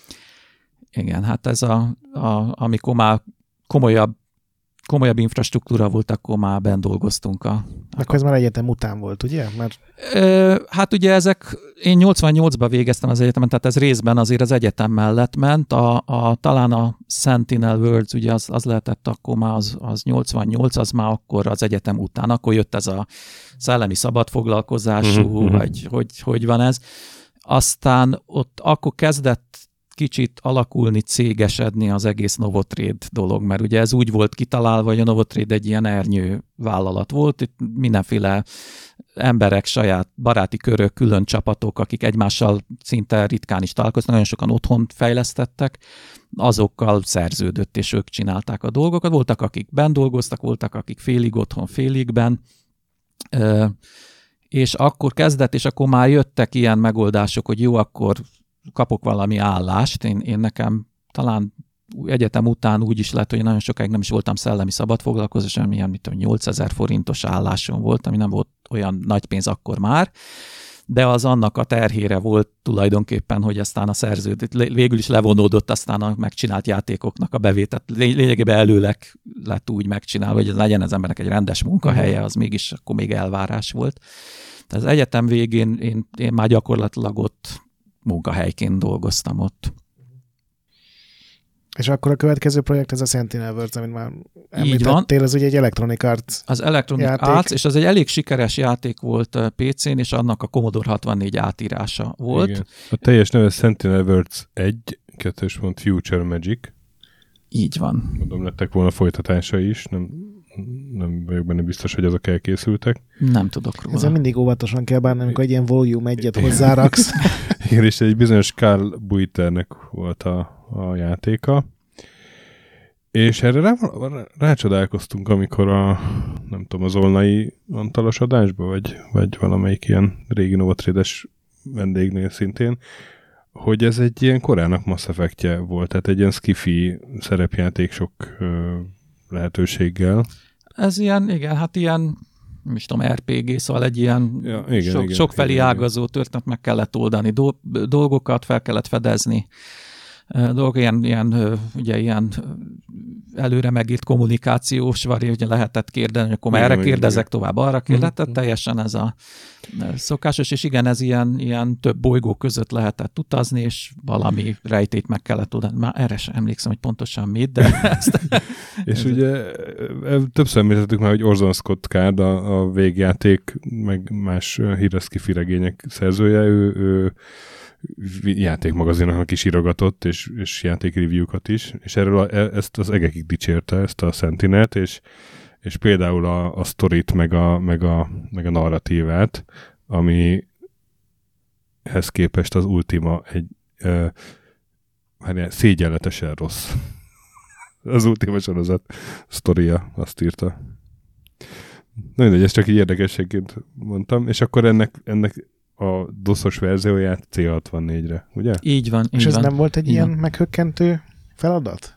Igen, hát ez a, a amikor már komolyabb komolyabb infrastruktúra volt, akkor már benn dolgoztunk. A, akkor ez már egyetem után volt, ugye? Mert... Ö, hát ugye ezek, én nyolcvannyolcban végeztem az egyetemen, tehát ez részben azért az egyetem mellett ment. A, a, talán a Sentinel Worlds, ugye az, az lehetett akkor már, az, az nyolcvannyolc, az már akkor az egyetem után. Akkor jött ez a szellemi szabadfoglalkozású, mm-hmm. vagy hogy, hogy van ez. Aztán ott akkor kezdett kicsit alakulni, cégesedni az egész Novotrade dolog, mert ugye ez úgy volt kitalálva, hogy a Novotrade egy ilyen ernyő vállalat volt, itt mindenféle emberek, saját baráti körök, külön csapatok, akik egymással szinte ritkán is találkoznak, nagyon sokan otthon fejlesztettek, azokkal szerződött, és ők csinálták a dolgokat. Voltak, akik benn dolgoztak, voltak, akik félig otthon, félig benn, és akkor kezdett, és akkor már jöttek ilyen megoldások, hogy jó, akkor kapok valami állást. Én, én nekem talán egyetem után úgy is lett, hogy nagyon sokáig nem is voltam szellemi szabadfoglalkozás, hanem ilyen, mit tudom, nyolcezer forintos állásom volt, ami nem volt olyan nagy pénz akkor már, de az annak a terhére volt tulajdonképpen, hogy aztán a szerződés végül is levonódott aztán a megcsinált játékoknak a bevételt. Lényegében előleg lett úgy megcsinálva, hogy legyen az embernek egy rendes munkahelye, az mégis akkor még elvárás volt. Tehát az egyetem végén én, én már gyakorlatilag ott munkahelyként dolgoztam ott. És akkor a következő projekt ez a Sentinel Worlds, amit már említettél, ez ugye egy Electronic Arts Az Electronic játék. Arts, és az egy elég sikeres játék volt pé cén, és annak a Commodore hatvannégy átírása volt. Igen. A teljes neve Sentinel Worlds egy, kettős pont Future Magic. Így van. Mondom, lettek volna folytatása is, nem, nem vagyok benne biztos, hogy azok elkészültek. Nem tudok róla. Ezzel mindig óvatosan kell bánni, amikor egy ilyen volume egyet hozzáraksz. Igen, és egy bizonyos Karl Buiternek volt a, a játéka. És erre rá, rácsodálkoztunk, amikor a, nem tudom, az Olnai Antalos adásba, vagy, vagy valamelyik ilyen régi Novotrade-es vendégnél szintén, hogy ez egy ilyen korának Mass Effect-je volt, tehát egy ilyen skifi szerepjáték sok ö, lehetőséggel. Ez ilyen, igen, hát ilyen, nem is tudom, er pé gé, szóval egy ilyen ja, igen, sok, igen, sokfelé igen, ágazó történet, meg kellett oldani do- dolgokat, fel kellett fedezni dolgok, ilyen, ilyen, ugye ilyen előre megírt kommunikációs vari, ugye lehetett kérdeni, hogy akkor erre kérdezek, tovább arra kérdezek, mm-hmm. teljesen ez a szokásos, és igen, ez ilyen, ilyen több bolygó között lehetett utazni, és valami rejtét meg kellett oldani. Már erre sem emlékszem, hogy pontosan mit, de ezt... És ugye többször említettük már, hogy Orson Scott Card, a, a végjáték, meg más híres skifi regények szerzője, ő, ő játékmagazinoknak is írogatott, és, és játékreview-kat is, és erről a, ezt az egekig dicsérte, ezt a Sentinelt, és, és például a, a sztorit, meg a, meg, a, meg a narratívát, amihez képest az Ultima egy uh, hát szégyenletesen rossz. Az Ultima sorozat sztoria, azt írta. Na mindegy, ezt csak így érdekességként mondtam, és akkor ennek, ennek a doszos verzióját cé hatvannégyre, ugye? Így van. És így ez van. nem volt egy így ilyen van. meghökkentő feladat?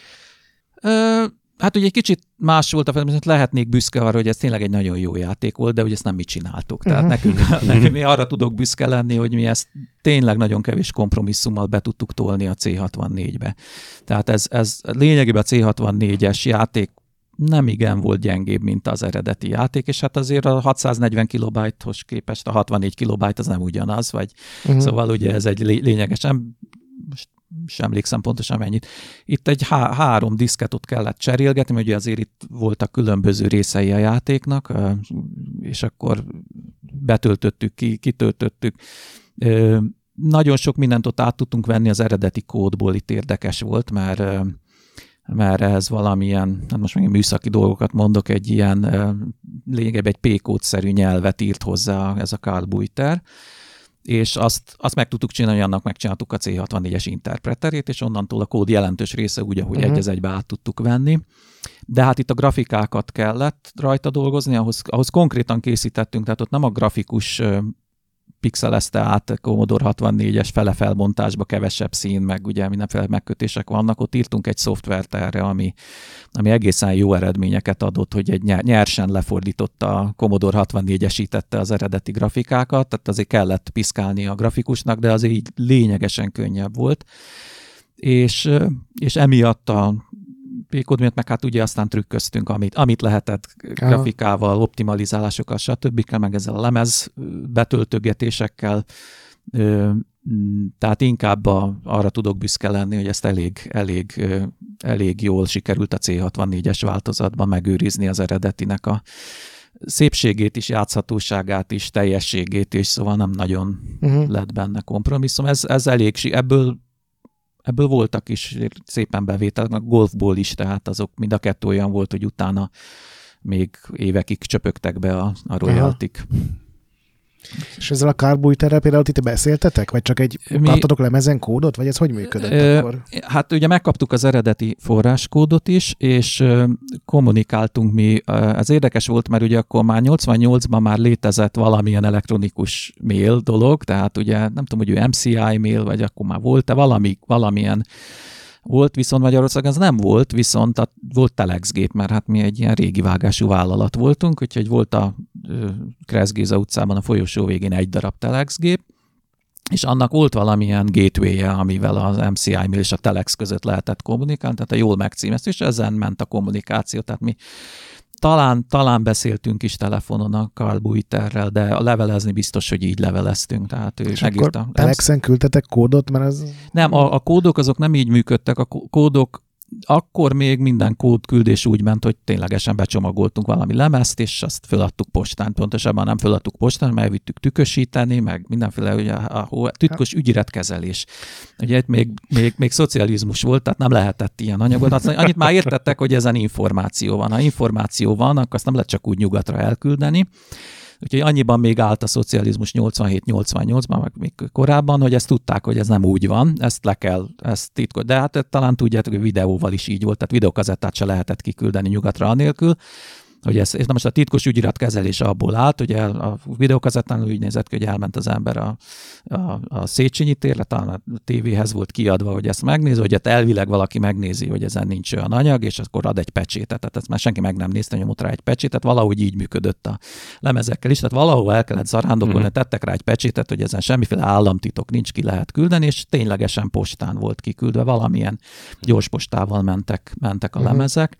Ö, hát ugye egy kicsit más volt a feladat, lehetnék büszke arra, hogy ez tényleg egy nagyon jó játék volt, de hogy ezt nem mi csináltuk. Tehát uh-huh. nekünk, nekünk mi arra tudok büszke lenni, hogy mi ezt tényleg nagyon kevés kompromisszummal be tudtuk tolni a cé hatvannégybe. Tehát ez, ez lényegében a cé hatvannégyes játék nem igen volt gyengébb, mint az eredeti játék, és hát azért a hatszáznegyven kilobájthoz képest a hatvannégy kilobájt az nem ugyanaz, vagy uh-huh. szóval ugye ez egy lényegesen, most sem emlékszem pontosan mennyit. Itt egy há- három diszketot kellett cserélgetni, mert ugye azért itt voltak különböző részei a játéknak, és akkor betöltöttük, ki, kitöltöttük. Nagyon sok mindent ott át tudtunk venni az eredeti kódból, itt érdekes volt, mert mert ez valamilyen, hát most még műszaki dolgokat mondok, egy ilyen lényegében egy P-kódszerű nyelvet írt hozzá ez a Karl Buiter, és azt, azt meg tudtuk csinálni, annak megcsináltuk a cé hatvannégyes interpreterét, és onnantól a kód jelentős része úgy, ahogy uh-huh. egy az egybe át tudtuk venni. De hát itt a grafikákat kellett rajta dolgozni, ahhoz, ahhoz konkrétan készítettünk, tehát ott nem a grafikus pixelezte át Commodore hatvannégyes fele felbontásba, kevesebb szín, meg ugye mindenféle megkötések vannak. Ott írtunk egy szoftvert erre, ami, ami egészen jó eredményeket adott, hogy egy nyersen lefordította, a Commodore hatvannégyesítette az eredeti grafikákat, tehát azért kellett piszkálni a grafikusnak, de azért így lényegesen könnyebb volt. És, és emiatt a P-kód miatt meg hát ugye aztán trükköztünk, amit, amit lehetett grafikával, optimalizálásokkal, stb. Meg ezzel a lemez betöltögetésekkel. Tehát inkább a, arra tudok büszke lenni, hogy ezt elég, elég, elég jól sikerült a cé hatvannégyes változatban megőrizni az eredetinek a szépségét is, játszhatóságát is, teljességét is, szóval nem nagyon uh-huh. lett benne kompromisszum. Ez, ez elég, ebből Ebből voltak is szépen bevételek, a golfból is, tehát azok mind a kettő olyan volt, hogy utána még évekig csöpögtek be a, a royaltik. És ezzel a Karl Buiterrel például ti beszéltetek? Vagy csak egy Mi, kaptatok lemezen kódot? Vagy ez hogy működött ö, akkor? Hát ugye megkaptuk az eredeti forráskódot is, és ö, kommunikáltunk mi. Ez érdekes volt, mert ugye akkor már nyolcvannyolcban már létezett valamilyen elektronikus mail dolog, tehát ugye nem tudom, hogy ő em cé i mail, vagy akkor már volt-e valami, valamilyen volt, viszont Magyarországon ez nem volt, viszont a, volt telexgép, mert hát mi egy ilyen régi vágású vállalat voltunk, úgyhogy volt a Kressz Géza utcában a folyosó végén egy darab telexgép, és annak volt valamilyen gateway-je, amivel az em cé i mail és a telex között lehetett kommunikálni, tehát a jól megcímeztük, és ezen ment a kommunikáció, tehát mi Talán, talán beszéltünk is telefonon a Karl Buiterrel, de a levelezni biztos, hogy így leveleztünk. Tehát ő és megírta. akkor telexen küldtetek kódot, mert ez... Nem, a, a kódok azok nem így működtek. A kódok akkor még minden kódküldés úgy ment, hogy ténylegesen becsomagoltunk valami lemezt, és azt föladtuk postán. Pontosabban nem föladtuk postán, mert elvittük tükösíteni, meg mindenféle ugye, a titkos ügyiratkezelés. Ugye itt még, még, még szocializmus volt, tehát nem lehetett ilyen anyagot. Azt, annyit már értettek, hogy ezen információ van. Ha információ van, akkor azt nem lehet csak úgy nyugatra elküldeni. Úgyhogy annyiban még állt a szocializmus nyolcvanhét nyolcvannyolcban, meg még korábban, hogy ezt tudták, hogy ez nem úgy van, ezt le kell, ezt titkot. De hát talán tudjátok, hogy videóval is így volt, tehát videókazettát se lehetett kiküldeni nyugatra anélkül, hogy ez, és na most a titkos ügyiratkezelés abból állt, hogy el, a videókazettán úgy nézett ki, hogy elment az ember a, a, a Széchenyi térre, talán a tévéhez volt kiadva, hogy ezt megnézi, hogy hát elvileg valaki megnézi, hogy ezen nincs olyan anyag, és akkor ad egy pecsétet, tehát ezt már senki meg nem nézte, nyomott rá egy pecsétet, valahogy így működött a lemezekkel is, tehát valahol el kellett zarándokolni, mm. tettek rá egy pecsétet, hogy ezen semmiféle államtitok nincs, ki lehet küldeni, és ténylegesen postán volt kiküldve, valamilyen gyorspostával mentek, mentek a mm. lemezek.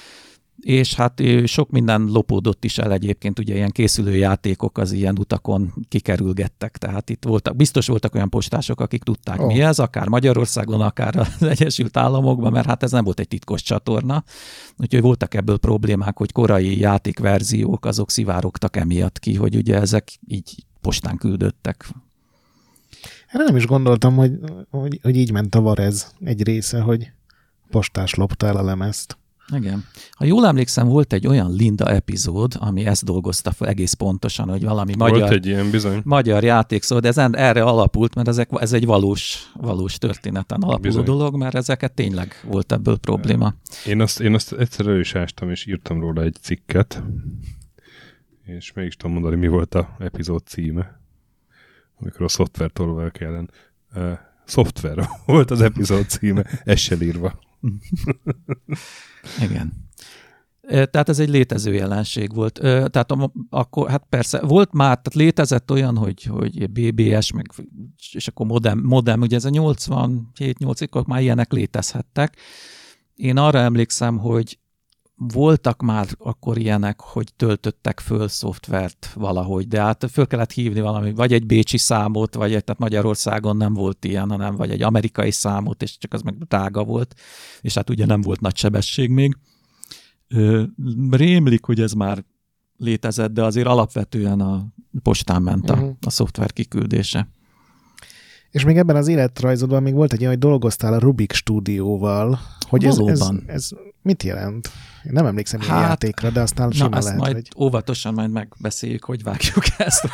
És hát sok minden lopódott is el egyébként, ugye ilyen készülő játékok az ilyen utakon kikerülgettek, tehát itt voltak, biztos voltak olyan postások, akik tudták oh. mi ez, akár Magyarországon, akár az Egyesült Államokban, mert hát ez nem volt egy titkos csatorna, úgyhogy voltak ebből problémák, hogy korai játékverziók azok szivárogtak emiatt ki, hogy ugye ezek így postán küldöttek. Erre nem is gondoltam, hogy, hogy, hogy így ment a Varez egy része, hogy postás lopta el a lemezt. Igen. Ha jól emlékszem, volt egy olyan Linda epizód, ami ezt dolgozta fel egész pontosan, hogy valami volt magyar, egy ilyen bizony. magyar játék szó, de ez erre alapult, mert ezek, ez egy valós, valós történeten alapuló bizony. dolog, mert ezeket tényleg volt ebből probléma. Én azt, én azt egyszer elő is ástam, és írtam róla egy cikket, és meg is tudom mondani, mi volt a epizód címe, amikor a szoftvertól ellen. Uh, szoftver volt az epizód címe, essel írva. Igen. Tehát ez egy létező jelenség volt. Tehát akkor, hát persze, volt már, tehát létezett olyan, hogy, hogy bé bé es, meg, és akkor modem, modem, ugye ez a nyolcvanhét nyolcig már ilyenek létezhettek. Én arra emlékszem, hogy voltak már akkor ilyenek, hogy töltöttek föl szoftvert valahogy, de hát föl kellett hívni valami, vagy egy bécsi számot, vagy egy, tehát Magyarországon nem volt ilyen, hanem vagy egy amerikai számot, és csak az meg drága volt, és hát ugye nem volt nagy sebesség még. Rémlik, hogy ez már létezett, de azért alapvetően a postán ment a, uh-huh. a szoftver kiküldése. És még ebben az életrajzodban még volt egy olyan, hogy dolgoztál a Rubik stúdióval, hogy ez, ez, ez mit jelent? Én nem emlékszem hát, ilyen játékra, de aztán simán na, lehet, majd hogy... óvatosan majd megbeszéljük, hogy vágjuk ezt.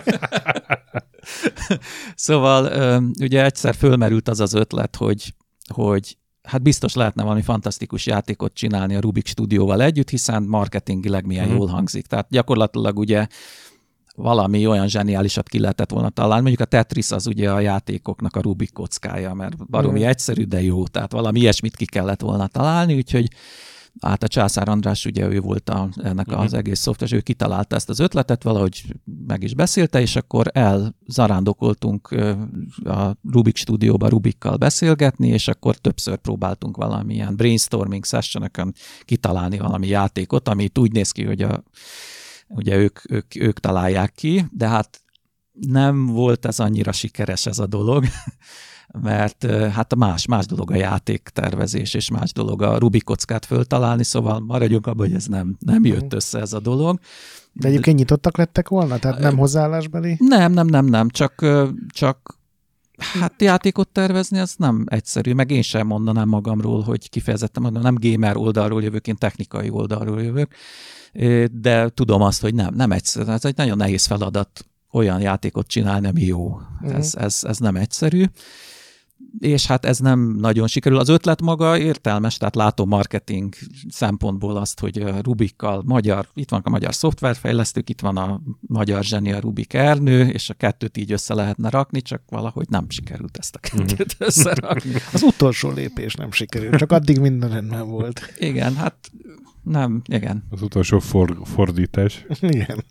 Szóval ugye egyszer fölmerült az az ötlet, hogy, hogy hát biztos lehetne valami fantasztikus játékot csinálni a Rubik stúdióval együtt, hiszen marketingileg milyen hmm. jól hangzik. Tehát gyakorlatilag ugye valami olyan zseniálisat ki lehetett volna találni. Mondjuk a Tetris az ugye a játékoknak a Rubik kockája, mert baromi mm. egyszerű, de jó. Tehát valami ilyesmit ki kellett volna találni, úgyhogy hát a Császár András ugye ő volt a, ennek mm. az egész szoftver, ő kitalálta ezt az ötletet, valahogy meg is beszélte, és akkor elzarándokoltunk a Rubik stúdióba Rubikkal beszélgetni, és akkor többször próbáltunk valamilyen brainstorming sessionökön kitalálni valami játékot, amit úgy néz ki, hogy a ugye ők, ők, ők találják ki, de hát nem volt ez annyira sikeres ez a dolog, mert hát más, más dolog a játéktervezés, és más dolog a Rubik kockát föltalálni, szóval maradjunk abban, hogy ez nem, nem jött össze ez a dolog. De egyébként nyitottak lettek volna? Tehát nem hozzáállásbeli? Nem, nem, nem, nem, csak, csak hát játékot tervezni az nem egyszerű, meg én sem mondanám magamról, hogy kifejezetten mondom, nem gamer oldalról jövök, én technikai oldalról jövök, de tudom azt, hogy nem, nem egyszerű. Ez egy nagyon nehéz feladat olyan játékot csinálni, ami jó. Mm. Ez, ez, ez nem egyszerű. És hát ez nem nagyon sikerül. Az ötlet maga értelmes, tehát látom marketing szempontból azt, hogy Rubikkal magyar, itt van a magyar szoftverfejlesztők, itt van a magyar zseni, a Rubik Ernő, és a kettőt így össze lehetne rakni, csak valahogy nem sikerült ezt a kettőt mm. összerakni. Az utolsó lépés nem sikerült, csak addig minden rendben volt. Igen, hát nem, igen. Az utolsó for, fordítás. Igen.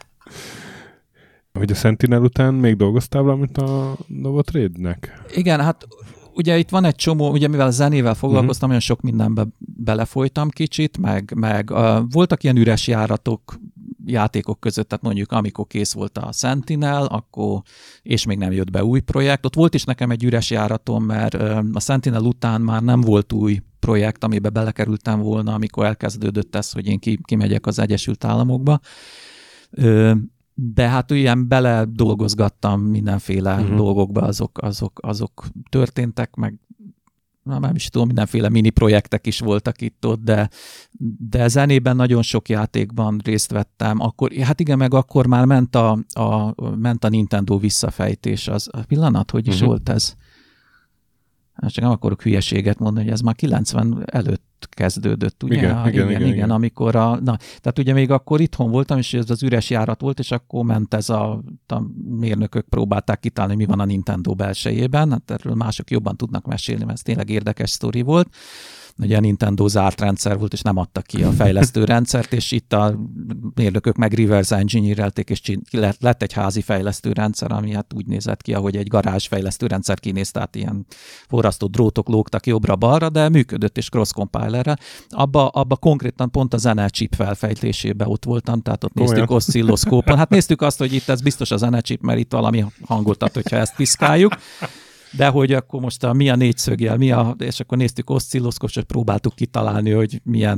Hogy a Sentinel után még dolgoztál valamit a Novotrade-nek? Igen, hát ugye itt van egy csomó, ugye mivel a zenével foglalkoztam, uh-huh. olyan sok mindenbe belefolytam kicsit, meg, meg uh, voltak ilyen üres járatok játékok között, tehát mondjuk amikor kész volt a Sentinel, akkor, és még nem jött be új projekt. Ott volt is nekem egy üres járatom, mert uh, a Sentinel után már nem volt új projekt, amibe belekerültem volna, amikor elkezdődött ez, hogy én ki, kimegyek az Egyesült Államokba. Uh, De hát ilyen bele dolgozgattam mindenféle uh-huh. dolgokba, azok, azok, azok történtek, meg na, nem is tudom, mindenféle mini projektek is voltak itt-ott, de, de zenében nagyon sok játékban részt vettem. Akkor, hát igen, meg akkor már ment a, a, ment a Nintendo visszafejtés. Az, a pillanat, hogy is uh-huh. volt ez? Hát csak nem akarok hülyeséget mondani, hogy ez már kilencven előtt kezdődött, ugye? Igen, igen, igen, igen, igen, igen, amikor a, na, tehát ugye még akkor itthon voltam, és ez az üres járat volt, és akkor ment ez a, a mérnökök próbálták kitálni, mi van a Nintendo belsejében, hát erről mások jobban tudnak mesélni, mert ez tényleg érdekes sztori volt. Ugye a Nintendo zárt rendszer volt, és nem adtak ki a fejlesztő rendszert, és itt a mérnökök meg reverse engineer-elték, és lett egy házi fejlesztő rendszer, ami hát úgy nézett ki, ahogy egy garázs fejlesztő rendszer kinéz, tehát ilyen forrasztó drótok lógtak jobbra-balra, de működött, és cross-compilerrel. Abba, abba konkrétan pont a zene chip felfejtésében ott voltam, tehát ott néztük oszcilloszkópon. Hát néztük azt, hogy itt ez biztos a zene chip, mert itt valami hangot ad, hogyha ezt piszkáljuk. De hogy akkor most a, mi a négyszögjel, mi a, és akkor néztük oszcilloszkópot, és próbáltuk kitalálni, hogy milyen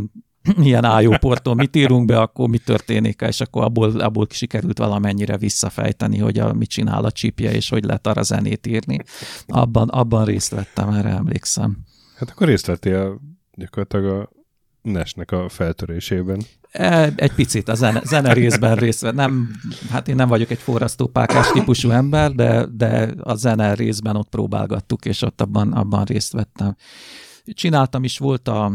ilyen I O porton mit írunk be, akkor mi történik, és akkor abból, abból sikerült valamennyire visszafejteni, hogy a, mit csinál a chipje, és hogy lehet arra zenét írni. Abban, abban részt vettem, erre emlékszem. Hát akkor részt vettél gyakorlatilag a nesnek a feltörésében. Egy picit a zene, zene részben részt vett. Nem, hát én nem vagyok egy forrasztópákás típusú ember, de, de a zene részben ott próbálgattuk, és ott abban, abban részt vettem. Csináltam is, volt a,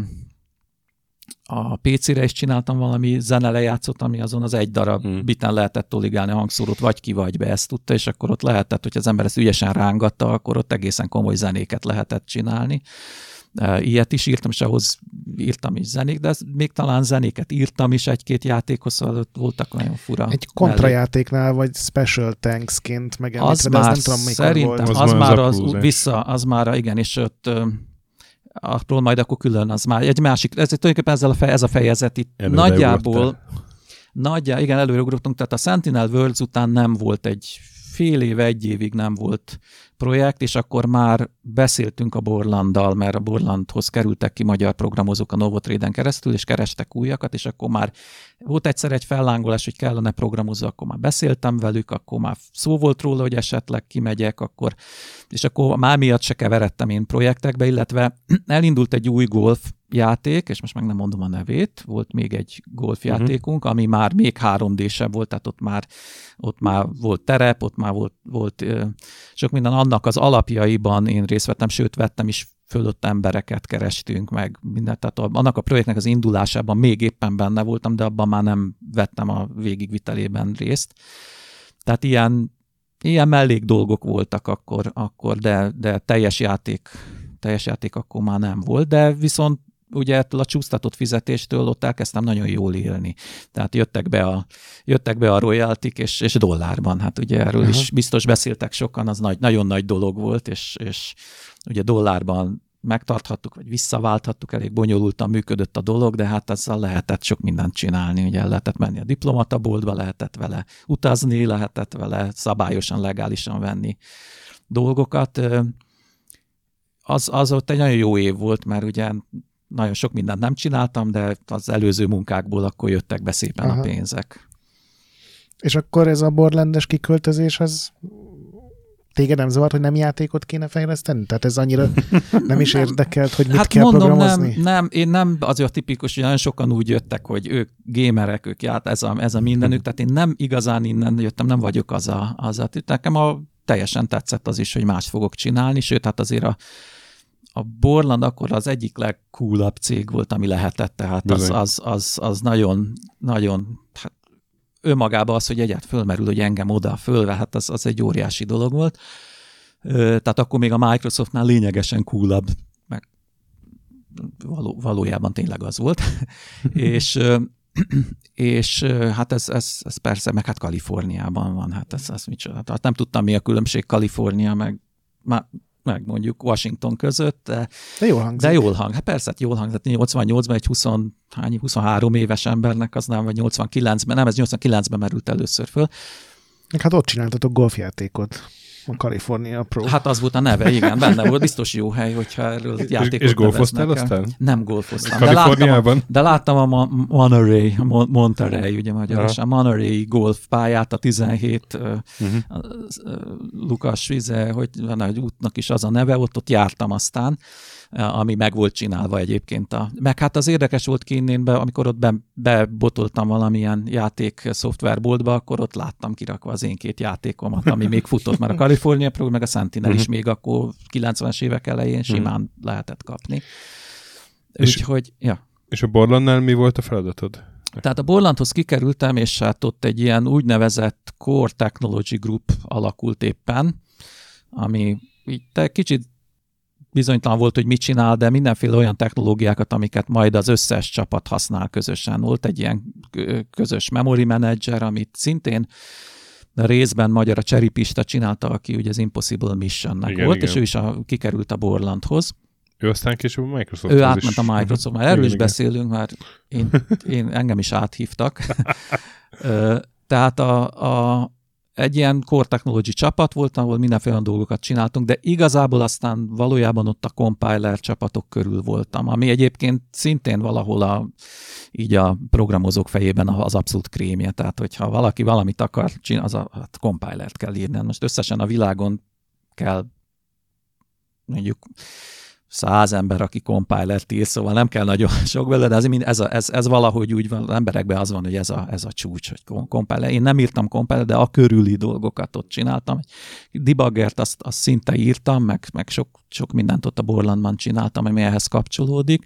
a pé cére is csináltam valami zenelejátszót, ami azon az egy darab hmm. biten lehetett toligálni a hangszórót, vagy ki vagy be, ezt tudta, és akkor ott lehetett, hogy az ember ezt ügyesen rángatta, akkor ott egészen komoly zenéket lehetett csinálni. Ilyet is írtam, és ahhoz írtam is zenék, de még talán zenéket írtam is egy-két játékhoz, szóval voltak nagyon fura. Egy kontrajátéknál, vagy Special Tanks-ként megemlítve, de ez nem tudom, mikor szerintem, volt. Az, az már az, az vissza, az már, igen, és ott arról majd akkor külön az már egy másik, ez tulajdonképpen ezzel a fej, ez a fejezet itt előre nagyjából, nagyjából, igen, előreugrottunk, tehát a Sentinel Worlds után nem volt egy fél éve, egy évig nem volt projekt, és akkor már beszéltünk a Borlanddal, mert a Borlandhoz kerültek ki magyar programozók a Novotrade-en keresztül, és kerestek újakat, és akkor már volt egyszer egy fellángolás, hogy kellene programozó, akkor már beszéltem velük, akkor már szó volt róla, hogy esetleg kimegyek, akkor, és akkor már miatt se keveredtem én projektekbe, illetve elindult egy új golf játék, és most meg nem mondom a nevét, volt még egy golfjátékunk, uh-huh. ami már még három dé-sebb volt, tehát ott már, ott már volt terep, ott már volt, volt uh, sok minden, annak az alapjaiban én részt vettem, sőt vettem is fölött embereket kerestünk meg, mindent, tehát annak a projektnek az indulásában még éppen benne voltam, de abban már nem vettem a végigvitelében részt. Tehát ilyen, ilyen mellék dolgok voltak akkor, akkor de, de teljes játék, teljes játék akkor már nem volt, de viszont ugye ettől a csúsztatott fizetéstől ott elkezdtem nagyon jól élni. Tehát jöttek be a, jöttek be a royaltik, és, és dollárban. Hát ugye erről uh-huh. is biztos beszéltek sokan, az nagy, nagyon nagy dolog volt, és, és ugye dollárban megtarthattuk, vagy visszaválthattuk, elég bonyolultan működött a dolog, de hát ezzel lehetett sok mindent csinálni. Ugye lehetett menni a diplomataboltba, lehetett vele utazni, lehetett vele szabályosan, legálisan venni dolgokat. Az, az ott egy nagyon jó év volt, mert ugye nagyon sok mindent nem csináltam, de az előző munkákból akkor jöttek be szépen Aha. a pénzek. És akkor ez a borlandes kiköltözés, az téged nem zavart, hogy nem játékot kéne fejleszteni? Tehát ez annyira nem is érdekelt, hogy mit hát kell mondom, programozni? Nem, nem, én nem az a tipikus, hogy nagyon sokan úgy jöttek, hogy ők gémerek, ők ját, ez a, ez a mindenük, tehát én nem igazán innen jöttem, nem vagyok az a, az a nekem a, teljesen tetszett az is, hogy más fogok csinálni, sőt, hát azért a A Borland akkor az egyik legcoolabb cég volt, ami lehetett, tehát az, az, az, az nagyon, nagyon hát önmagában az, hogy egyáltalán fölmerül, hogy engem oda fölvehet, az, az egy óriási dolog volt. Tehát akkor még a Microsoftnál lényegesen coolabb, meg való, valójában tényleg az volt. és, és hát ez, ez, ez persze, meg hát Kaliforniában van, hát ez, ez micsoda. Hát nem tudtam, mi a különbség Kalifornia, meg már meg mondjuk Washington között, de, de jól hangzik. De jól hang. Hát persze, jól hangzik. nyolcvannyolcban egy húsz, hány, huszonhárom éves embernek az nem, vagy nyolcvankilencben, nem, ez nyolcvankilencben merült először föl. Hát ott csináltatok golfjátékot. A California Pro. Hát az volt a neve, igen, benne volt. Biztos jó hely, hogyha erről játékot És golfoztál aztán? Nem golfoztam. Kaliforniában? De láttam a, de láttam a Monterey, Monterey, ugye magyarosan, a Monterey golfpályát, a tizenhét uh-huh. a, a, Lukas vize, hogy van egy útnak is az a neve, ott ott jártam aztán, ami meg volt csinálva egyébként. A, meg hát az érdekes volt Kénnénbe, amikor ott be, bebotoltam valamilyen játék szoftverboltba, akkor ott láttam kirakva az én két játékomat, ami még futott, mert a California Pro, meg a Sentinel uh-huh. is még akkor kilencvenes évek elején simán uh-huh. lehetett kapni. Úgyhogy, ja. És a Borlandnál mi volt a feladatod? Tehát a Borlandhoz kikerültem, és hát ott egy ilyen úgynevezett Core Technology Group alakult éppen, ami így te kicsit bizonytalan volt, hogy mit csinál, de mindenféle olyan technológiákat, amiket majd az összes csapat használ közösen. Volt egy ilyen közös memory manager, amit szintén részben magyar a Cseri Pista csinálta, aki ugye az Impossible Mission-nek igen, volt, igen. és ő is a, kikerült a Borlandhoz. Ő aztán később a Microsofthoz Ő átment a Microsoft, mert erről is beszélünk, mert én, én, engem is áthívtak. Tehát a, a egy ilyen core technology csapat volt, ahol mindenféle dolgokat csináltunk, de igazából aztán valójában ott a compiler csapatok körül voltam, ami egyébként szintén valahol a így a programozók fejében az abszolút krémje. Tehát, hogyha valaki valamit akar csinálni, az a hát compilert kell írni. Most összesen a világon kell mondjuk száz ember, aki compilert ír, szóval nem kell nagyon sok belőle, de ez, ez, a, ez, ez valahogy úgy van, az emberekben az van, hogy ez a, ez a csúcs, hogy compiler. Én nem írtam compiler, de a körüli dolgokat ott csináltam. Debuggert azt, azt szinte írtam, meg, meg sok, sok mindent ott a Borlandban csináltam, ami ehhez kapcsolódik.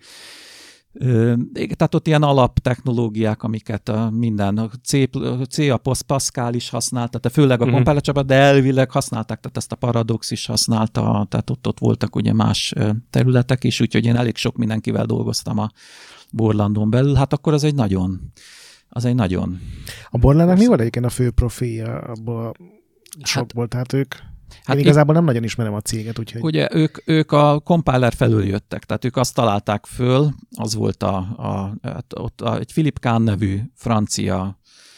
Tehát ott ilyen alaptechnológiák, amiket a minden, a C, C a Pascal is használta, tehát főleg a uh-huh. compiler csapat, de elvileg használták, tehát ezt a Paradox is használta, tehát ott, ott voltak ugye más területek is, úgyhogy én elég sok mindenkivel dolgoztam a Borlandon belül, hát akkor az egy nagyon, az egy nagyon... A Borlandnak mi volt egyébként a fő profilja abból sokból, hát, tehát ők... Hát én igazából nem nagyon ismerem a céget, úgyhogy... Ugye ők, ők a compiler felől jöttek, tehát ők azt találták föl, az volt a, a, ott a, egy Philip Kahn nevű francia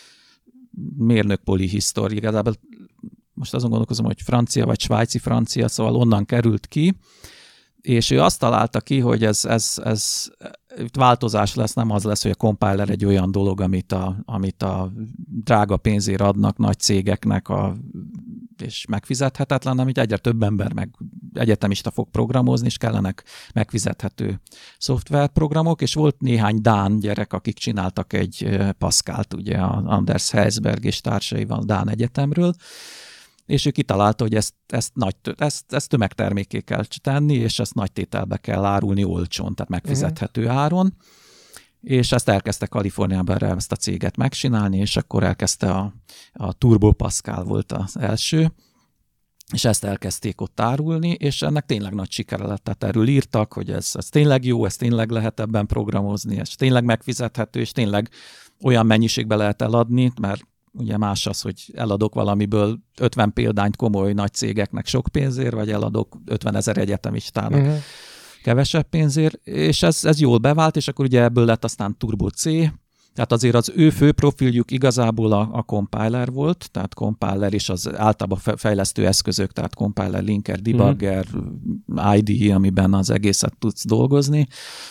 mérnök polihisztor, igazából most azon gondolkozom, hogy francia vagy svájci francia, szóval onnan került ki, és ő azt találta ki, hogy ez, ez, ez változás lesz, nem az lesz, hogy a compiler egy olyan dolog, amit a, amit a drága pénzért adnak nagy cégeknek, a, és megfizethetetlen, amit egyre több ember meg egyetemista fog programozni, és kellenek megfizethető szoftverprogramok, és volt néhány dán gyerek, akik csináltak egy Pascalt, ugye a Anders Hejsberg és társaival Dán Egyetemről, és ő kitalálta, hogy ezt, ezt, nagy, ezt, ezt tömegtermékké kell tenni, és ezt nagy tételbe kell árulni olcsón, tehát megfizethető uh-huh. áron, és ezt elkezdte Kaliforniában ezt a céget megcsinálni, és akkor elkezdte a, a Turbo Pascal volt az első, és ezt elkezdték ott árulni, és ennek tényleg nagy sikere lett. Tehát erről írtak, hogy ez, ez tényleg jó, ez tényleg lehet ebben programozni, ez tényleg megfizethető, és tényleg olyan mennyiségbe lehet eladni, mert ugye más az, hogy eladok valamiből ötven példányt komoly nagy cégeknek sok pénzért, vagy eladok ötvenezer egyetemistának uh-huh. kevesebb pénzért, és ez, ez jól bevált, és akkor ugye ebből lett aztán Turbo C, tehát azért az ő fő profiljuk igazából a, a compiler volt, tehát compiler és az általában fejlesztő eszközök, tehát compiler, linker, debugger, uh-huh. I D E, amiben az egészet tudsz dolgozni.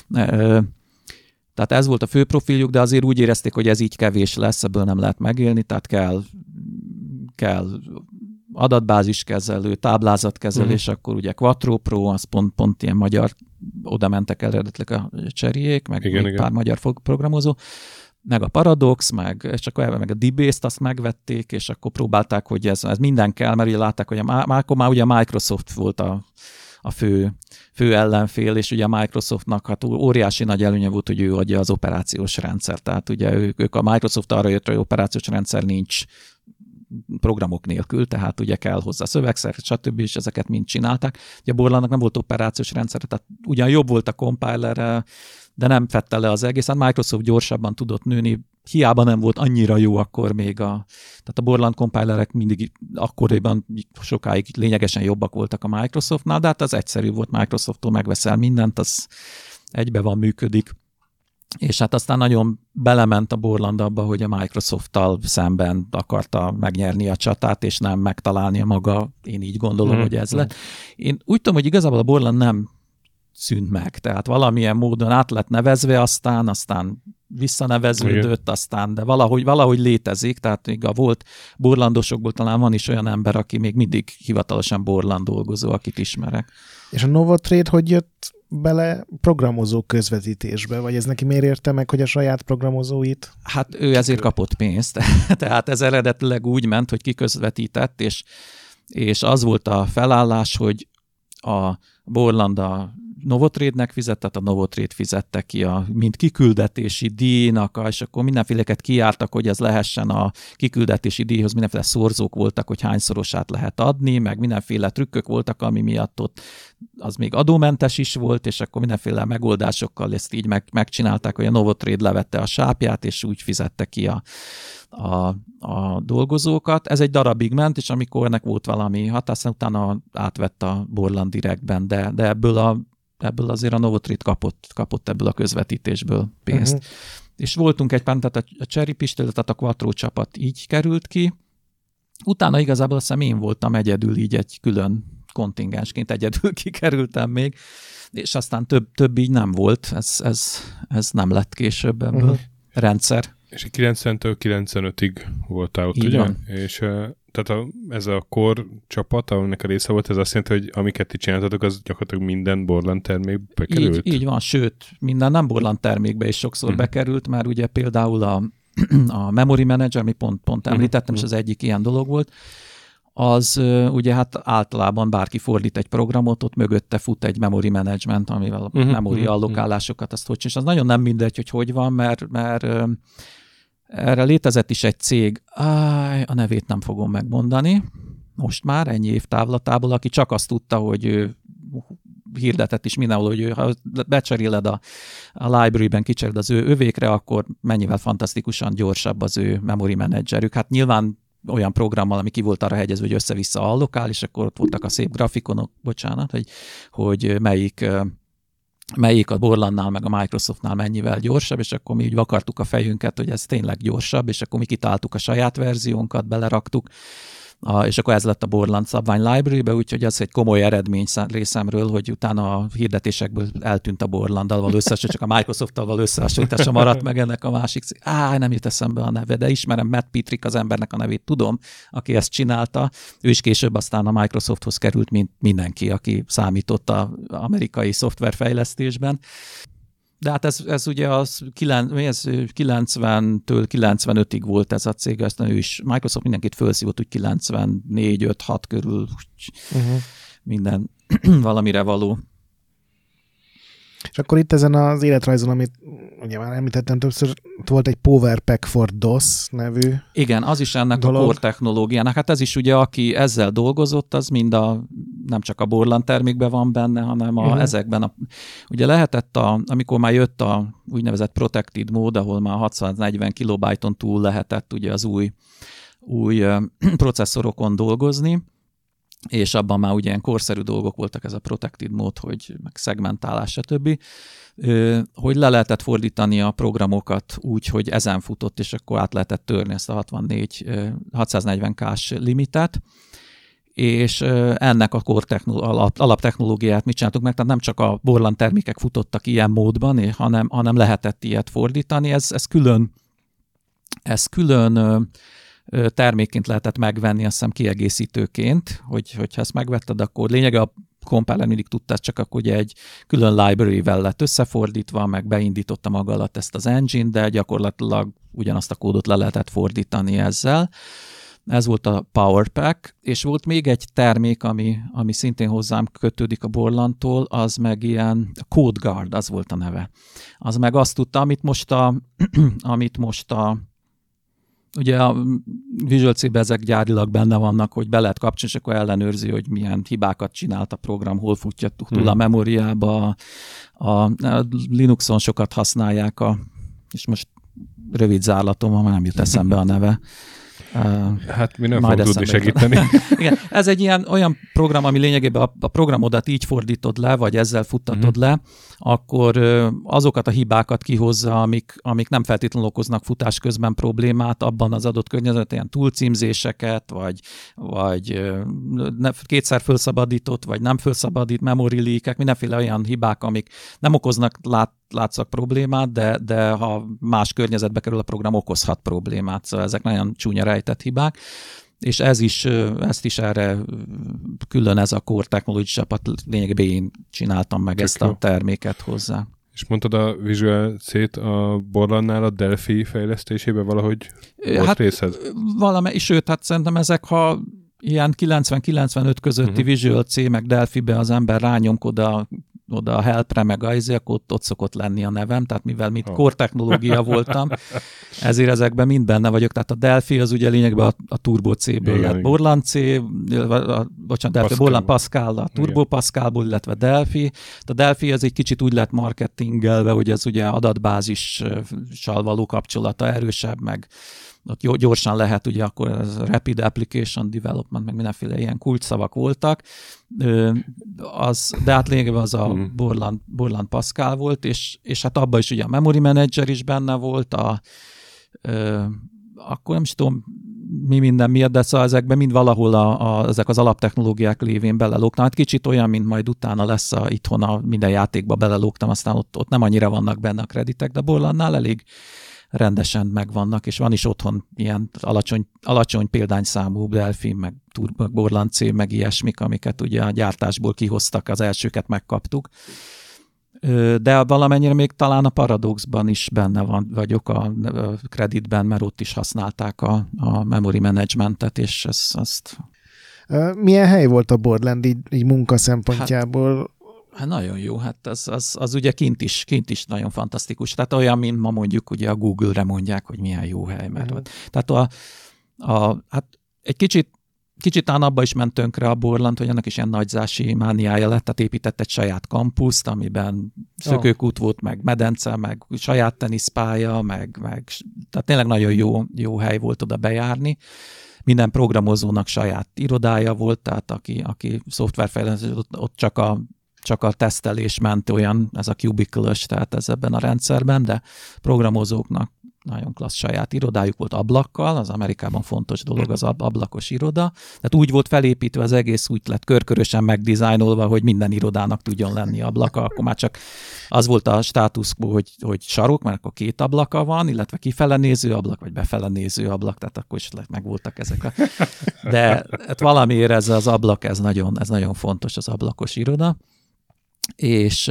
Tehát ez volt a fő profiljuk, de azért úgy érezték, hogy ez így kevés lesz, ebből nem lehet megélni, tehát kell, kell adatbáziskezelő, táblázatkezelő, és uh-huh. akkor ugye Quattro Pro, az pont, pont ilyen magyar, oda mentek eredetileg a cseréjék, meg igen, igen. pár magyar programozó, meg a Paradox, meg, és akkor meg a D-Base-t azt megvették, és akkor próbálták, hogy ez, ez minden kell, mert ugye látták, hogy a, már, akkor már ugye a Microsoft volt a, a fő, fő ellenfél, és ugye a Microsoftnak hát óriási nagy előnye volt, hogy ő adja az operációs rendszer. Tehát ugye ők, ők a Microsoft arra jött, hogy operációs rendszer nincs programok nélkül, tehát ugye kell hozzá szövegszer, stb. És ezeket mind csinálták. Ugye a Borlandnak nem volt operációs rendszer, tehát ugyan jobb volt a compiler, de nem fette le az egész. A Microsoft gyorsabban tudott nőni, hiába nem volt annyira jó akkor még a... Tehát a Borland compilerek mindig akkoriban sokáig lényegesen jobbak voltak a Microsoftnál, de hát az egyszerű volt, Microsofttól megveszel mindent, az egybe van, működik. És hát aztán nagyon belement a Borland abba, hogy a Microsofttal szemben akarta megnyerni a csatát, és nem megtalálni a maga, én így gondolom, mm. hogy ez lett. Én úgy tudom, hogy igazából a Borland nem szűnt meg, tehát valamilyen módon át lett nevezve, aztán, aztán visszaneveződött, igen. aztán, de valahogy, valahogy létezik, tehát még a volt borlandosokból talán van is olyan ember, aki még mindig hivatalosan Borland dolgozó, akit ismerek. És a Novotrade hogy jött bele programozó közvetítésbe, vagy ez neki miért érte meg, hogy a saját programozóit? Hát ő ezért kapott pénzt, tehát ez eredetileg úgy ment, hogy kiközvetített, és, és az volt a felállás, hogy a Borland a Novotrade-nek fizetett, a Novotrade fizette ki a mint kiküldetési díjnak, és akkor mindenféleket kijártak, hogy ez lehessen a kiküldetési díjhoz, mindenféle szorzók voltak, hogy hányszorosát lehet adni, meg mindenféle trükkök voltak, ami miatt ott az még adómentes is volt, és akkor mindenféle megoldásokkal ezt így meg, megcsinálták, hogy a Novotrade levette a sápját, és úgy fizette ki a, a, a dolgozókat. Ez egy darabig ment, és amikor ennek volt valami hatás, utána átvett a Borland Directben, de, de ebből a ebből azért a Novotrade kapott, kapott ebből a közvetítésből pénzt. Uh-huh. És voltunk egy pár, tehát a Cherry Pistol, tehát a Quattro csapat így került ki. Utána igazából azt hiszem én voltam egyedül így egy külön kontingensként egyedül kikerültem még, és aztán több, több így nem volt, ez, ez, ez nem lett később ebből uh-huh. rendszer. És kilencventől kilencvenötig voltál ott, így ugye? Van. És tehát a, ez a core csapat, aminek a része volt, ez azt jelenti, hogy amiket ti csináltatok, az gyakorlatilag minden Borland termékbe került? Így, így van, sőt, minden nem Borland termékbe is sokszor uh-huh. bekerült, mert ugye például a, a Memory Manager, ami pont, pont említettem, uh-huh. és az egyik ilyen dolog volt, az ugye hát általában bárki fordít egy programot, ott mögötte fut egy memory management, amivel a uh-huh, memory uh-huh, allokálásokat azt hogy és az nagyon nem mindegy, hogy hogy van, mert, mert erre létezett is egy cég, áj, a nevét nem fogom megmondani, most már ennyi év távlatából, aki csak azt tudta, hogy ő hirdetett is mindenhol, hogy ő, ha becseréled a, a library-ben, kicseréled az ő övékre, akkor mennyivel fantasztikusan gyorsabb az ő memory managerük. Hát nyilván olyan programmal, ami ki volt arra hegyezve, hogy össze-vissza allokál, és akkor ott voltak a szép grafikonok, bocsánat, hogy, hogy melyik, melyik a Borlandnál, meg a Microsoftnál mennyivel gyorsabb, és akkor mi úgy vakartuk a fejünket, hogy ez tényleg gyorsabb, és akkor mi kitáltuk a saját verziónkat, beleraktuk, A, és akkor ez lett a Borland szabvány library-be, úgyhogy az egy komoly eredmény részemről, hogy utána a hirdetésekből eltűnt a Borlanddal való összehasonlítás, csak a Microsofttal való összehasonlítása maradt meg ennek a másik. Á, nem jut eszembe a neve, de ismerem Matt Pitrick, az embernek a nevét tudom, aki ezt csinálta. Ő is később aztán a Microsofthoz került, mint mindenki, aki számított az amerikai szoftverfejlesztésben. De hát ez, ez ugye az kilencventől kilencvenötig volt ez a cég, aztán ő is, Microsoft mindenkit felszívott, úgy kilencvennégy öt hat körül uh-huh. minden valamire való. És akkor itt ezen az életrajzon, amit ugye már említettem többször, volt egy PowerPack for DOS nevű Igen, az is ennek dolog. A core technológiának. Hát ez is ugye, aki ezzel dolgozott, az mind a, nem csak a Borland termékben van benne, hanem a, uh-huh. ezekben a, ugye lehetett, a, amikor már jött a úgynevezett protected mód, ahol már hatszáznegyven kilobajton túl lehetett ugye az új, új processzorokon dolgozni, és abban már ugye ilyen korszerű dolgok voltak, ez a protected mód, hogy meg szegmentálás, stb., hogy le lehetett fordítani a programokat úgy, hogy ezen futott, és akkor át lehetett törni ezt a hatvannégy hatszáznegyven ká-s limitet, és ennek a core alap, alaptechnológiát mit csináltuk meg, tehát nem csak a Borland termékek futottak ilyen módban, hanem, hanem lehetett ilyet fordítani, ez, ez külön, ez külön termékként lehetett megvenni, azt hiszem kiegészítőként, hogy, hogyha ezt megvetted, akkor lényege a compiler mindig tudtad, csak akkor ugye egy külön library-vel lett összefordítva, meg beindította maga alatt ezt az engine, de gyakorlatilag ugyanazt a kódot le lehetett fordítani ezzel. Ez volt a PowerPack, és volt még egy termék, ami, ami szintén hozzám kötődik a Borlandtól, az meg ilyen CodeGuard, az volt a neve. Az meg azt tudta, amit most a, amit most a ugye a Visual C-ben ezek gyárilag benne vannak, hogy be lehet kapcsolni, és akkor ellenőrzi, hogy milyen hibákat csinált a program, hol futja túl hmm. a memóriába. A, a Linuxon sokat használják, a, és most rövid zárlatom, ha már nem jut eszembe a neve. Hát mi nem fogunk tudni segíteni. Igen, ez egy ilyen olyan program, ami lényegében a, a programodat így fordítod le, vagy ezzel futtatod mm-hmm. le, akkor azokat a hibákat kihozza, amik, amik nem feltétlenül okoznak futás közben problémát abban az adott környezetben, ilyen túlcímzéseket, vagy, vagy kétszer felszabadított, vagy nem felszabadít memory leak-ek, mindenféle olyan hibák, amik nem okoznak lát, látszak problémát, de, de ha más környezetbe kerül a program, okozhat problémát. Szóval ezek nagyon csúnya rejtett hibák, és ez is, ezt is erre külön ez a Core Technology csapat, lényegében én csináltam meg Tök ezt jó. a terméket hozzá. És mondtad a Visual C-t a Borlandnál a Delphi fejlesztésében valahogy volt hát, részed? Valami, sőt, hát szerintem ezek, ha ilyen kilencven-kilencvenöt közötti uh-huh. Visual C meg Delphi-be az ember rányomkod a oda a helpre, meg azért, akkor ott, ott szokott lenni a nevem, tehát mivel mit oh. core technológia voltam, ezért ezekben mind benne vagyok, tehát a Delphi az ugye lényegben a, a Turbo C-ből lett Borland C, a, bocsánat, Delphi, Borland Pascal, a Turbo igen. Pascalból, illetve Delphi. A Delphi az egy kicsit úgy lett marketingelve, hogy ez ugye adatbázissal való kapcsolata erősebb, meg ott gyorsan lehet, ugye akkor ez Rapid Application Development, meg mindenféle ilyen kulcsszavak voltak, az, de hát lényegében az a hmm. Borland, Borland Pascal volt, és, és hát abban is ugye a Memory Manager is benne volt, a, akkor nem is tudom, mi minden miatt, de szóval ezekben mind valahol a, a, ezek az alaptechnológiák lévén belelógtam. Hát kicsit olyan, mint majd utána lesz a, itthon a minden játékba belelógtam, aztán ott, ott nem annyira vannak benne a kreditek, de Borlandnál elég rendesen megvannak, és van is otthon ilyen alacsony, alacsony példányszámú Delfin, meg Borland C, meg ilyesmik, amiket ugye a gyártásból kihoztak, az elsőket megkaptuk. De valamennyire még talán a Paradoxban is benne van, vagyok a kreditben, mert ott is használták a, a memory managementet, és ezt, azt... Milyen hely volt a Borland így, így munka szempontjából? Hát, hát nagyon jó, hát az, az, az ugye kint is, kint is nagyon fantasztikus. Tehát olyan, mint ma mondjuk ugye a Google-re mondják, hogy milyen jó hely. Mert uh-huh. Tehát a, a, hát egy kicsit Kicsit talán abba is ment tönkre a Borland, hogy annak is ilyen nagyzási mániája lett, tehát épített egy saját kampuszt, amiben szökőkút volt, meg medence, meg saját teniszpálya, meg, meg tehát tényleg nagyon jó, jó hely volt oda bejárni. Minden programozónak saját irodája volt, tehát aki, aki szoftverfejlesztő, ott, ott csak a csak a tesztelés ment olyan, ez a cubicle-ös, tehát ez ebben a rendszerben, de programozóknak nagyon klassz saját irodájuk volt ablakkal, az Amerikában fontos dolog az ablakos iroda. Tehát úgy volt felépítve az egész, úgy lett körkörösen megdizájnolva, hogy minden irodának tudjon lenni ablaka, akkor már csak az volt a status quo, hogy, hogy sarok, mert akkor két ablaka van, illetve kifele néző ablak, vagy befele néző ablak, tehát akkor is megvoltak ezek a... De hát valamiért ez az ablak, ez nagyon, ez nagyon fontos, az ablakos iroda. És...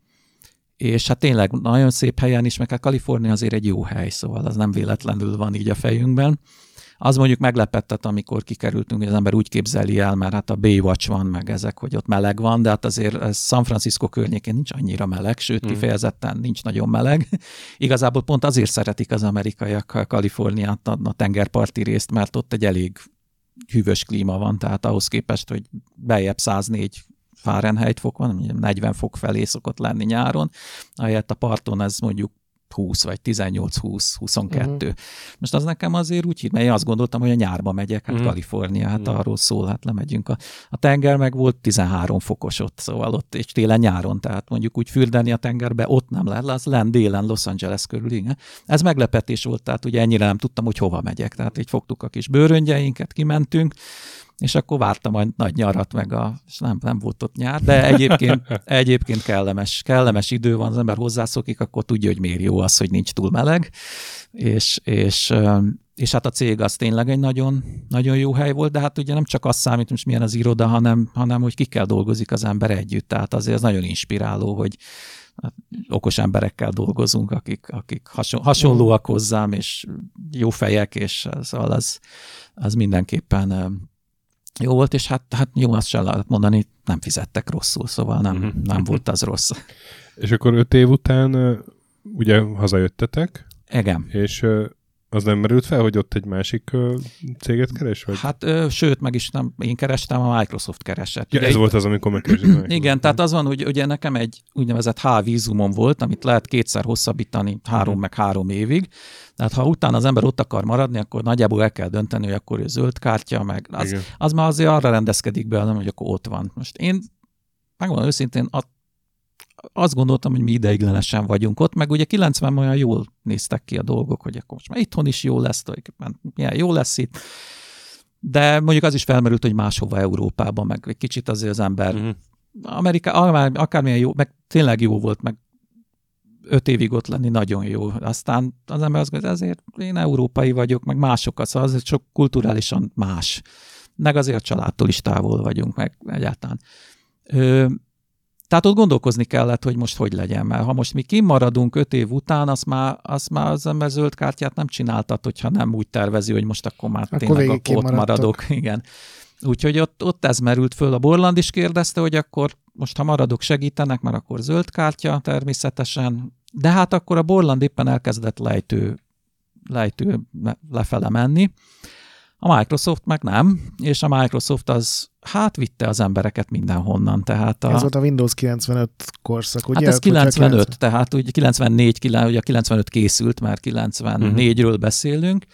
és hát tényleg nagyon szép helyen is, meg a Kalifornia azért egy jó hely, szóval az nem véletlenül van így a fejünkben. Az mondjuk meglepettet, amikor kikerültünk, hogy az ember úgy képzeli el, mert hát a Baywatch van, meg ezek, hogy ott meleg van, de hát azért ez San Francisco környékén nincs annyira meleg, sőt kifejezetten nincs nagyon meleg. Igazából pont azért szeretik az amerikaiak a Kaliforniát, a tengerparti részt, mert ott egy elég hűvös klíma van, tehát ahhoz képest, hogy beljebb száznégy Fahrenheit fok van, negyven fok felé szokott lenni nyáron, ahelyett a parton ez mondjuk húsz vagy tizennyolc húsz huszonkettő. Uh-huh. Most az nekem azért úgy hív, mert én azt gondoltam, hogy a nyárba megyek, hát uh-huh. Kalifornia, hát uh-huh. arról szól, hát lemegyünk. A, a tenger meg volt tizenhárom fokos ott, szóval ott, és télen-nyáron, tehát mondjuk úgy fürdeni a tengerbe, ott nem lehet, az lenn délen Los Angeles körül, igen. Ez meglepetés volt, tehát ugye ennyire nem tudtam, hogy hova megyek, tehát így fogtuk a kis bőröngyeinket, kimentünk, és akkor vártam a nagy nyarat, meg a, és nem, nem volt ott nyár, de egyébként, egyébként kellemes, kellemes idő van, az ember hozzászokik, akkor tudja, hogy miért jó az, hogy nincs túl meleg, és, és, és hát a cég az tényleg egy nagyon, nagyon jó hely volt, de hát ugye nem csak az számít, most milyen az iroda, hanem, hanem hogy kikkel dolgozik az ember együtt, tehát azért az nagyon inspiráló, hogy okos emberekkel dolgozunk, akik, akik hasonlóak hozzám, és jó fejek, és szóval az, az mindenképpen jó volt, és hát, hát jó, azt sem lehet mondani, nem fizettek rosszul, szóval nem, uh-huh. nem volt az rossz. És akkor öt év után ugye hazajöttetek? Igen. És az nem merült fel, hogy ott egy másik céget keres? Vagy? Hát ö, sőt, meg is nem én kerestem, a Microsoft keresett. Ja, ugye, ez volt az, amikor megkeresett. Igen, tehát az van, hogy ugye nekem egy úgynevezett H-vízumom volt, amit lehet kétszer hosszabbítani három uh-huh. meg három évig. Tehát ha utána az ember ott akar maradni, akkor nagyjából el kell dönteni, hogy akkor ő zöld kártya, meg az, az már azért arra rendezkedik be, hogy akkor ott van. Most én, megmondom őszintén, a azt gondoltam, hogy mi ideiglenesen vagyunk ott, meg ugye kilencvenben olyan jól néztek ki a dolgok, hogy akkor most már itthon is jó lesz, tulajdonképpen milyen jó lesz itt, de mondjuk az is felmerült, hogy máshova Európában, meg egy kicsit azért az ember, uh-huh. Amerika, akármilyen jó, meg tényleg jó volt, meg öt évig ott lenni nagyon jó. Aztán az ember azt gondolja, ezért én európai vagyok, meg másokat, szóval azért sok kulturálisan más. Meg azért a családtól is távol vagyunk, meg egyáltalán. Ö, Tehát ott gondolkozni kellett, hogy most hogy legyen, mert ha most mi kimaradunk öt év után, azt már, azt már az ember zöld kártyát nem csináltat, hogyha nem úgy tervezi, hogy most akkor már akkor tényleg akkor ott maradok. Igen. Úgyhogy ott, ott ez merült föl. A Borland is kérdezte, hogy akkor most ha maradok, segítenek, mert akkor zöld kártya természetesen. De hát akkor a Borland éppen elkezdett lejtő, lejtő lefele menni. A Microsoft meg nem, és a Microsoft az hát vitte az embereket mindenhonnan. Tehát a, ez volt a Windows kilencvenöt korszak, ugye? Hát ez kilencvenöt, tehát ugye kilencvennégy, ugye kilencvenöt készült, már kilencvennégyről uh-huh. beszélünk,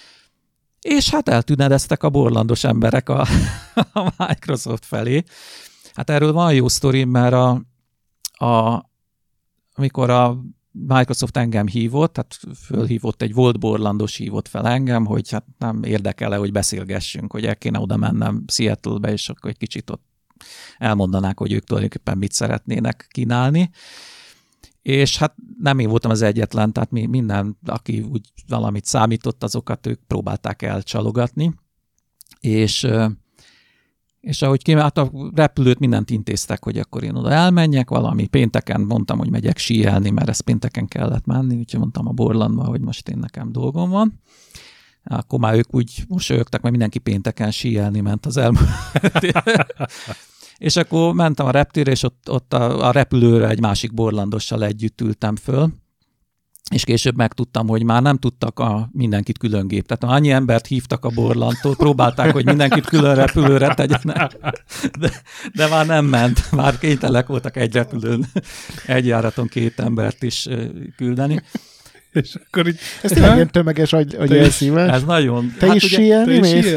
és hát eltűnedeztek a borlandos emberek a, a Microsoft felé. Hát erről van jó sztori, mert a, a, amikor a Microsoft engem hívott, tehát fölhívott, egy volt borlandos hívott fel engem, hogy hát nem érdekel-e, hogy beszélgessünk, hogy el kéne oda mennem Seattle-be, és akkor egy kicsit ott elmondanák, hogy ők tulajdonképpen mit szeretnének kínálni. És hát nem én voltam az egyetlen, tehát mi minden, aki úgy valamit számított, azokat ők próbálták elcsalogatni. És, és ahogy kimehet a repülőt, mindent intéztek, hogy akkor én oda elmenjek, valami pénteken mondtam, hogy megyek síelni, mert ezt pénteken kellett menni, úgyhogy mondtam a Borlandba, hogy most én nekem dolgom van. Akkor már ők úgy mosolyogtak, mert mindenki pénteken síelni ment az elmúlt. És akkor mentem a reptérre, és ott, ott a, a repülőre egy másik borlandossal együtt ültem föl, és később megtudtam, hogy már nem tudtak a mindenkit külön gép. Tehát annyi embert hívtak a Borlandtól, próbálták, hogy mindenkit külön repülőre tegyenek, de, de már nem ment. Már kénytelenek voltak egy repülőn, egy járaton két embert is küldeni. És akkor így... Ez tényleg ilyen tömeges agy, agyelszívás. Ez nagyon... Te hát is síelni mész?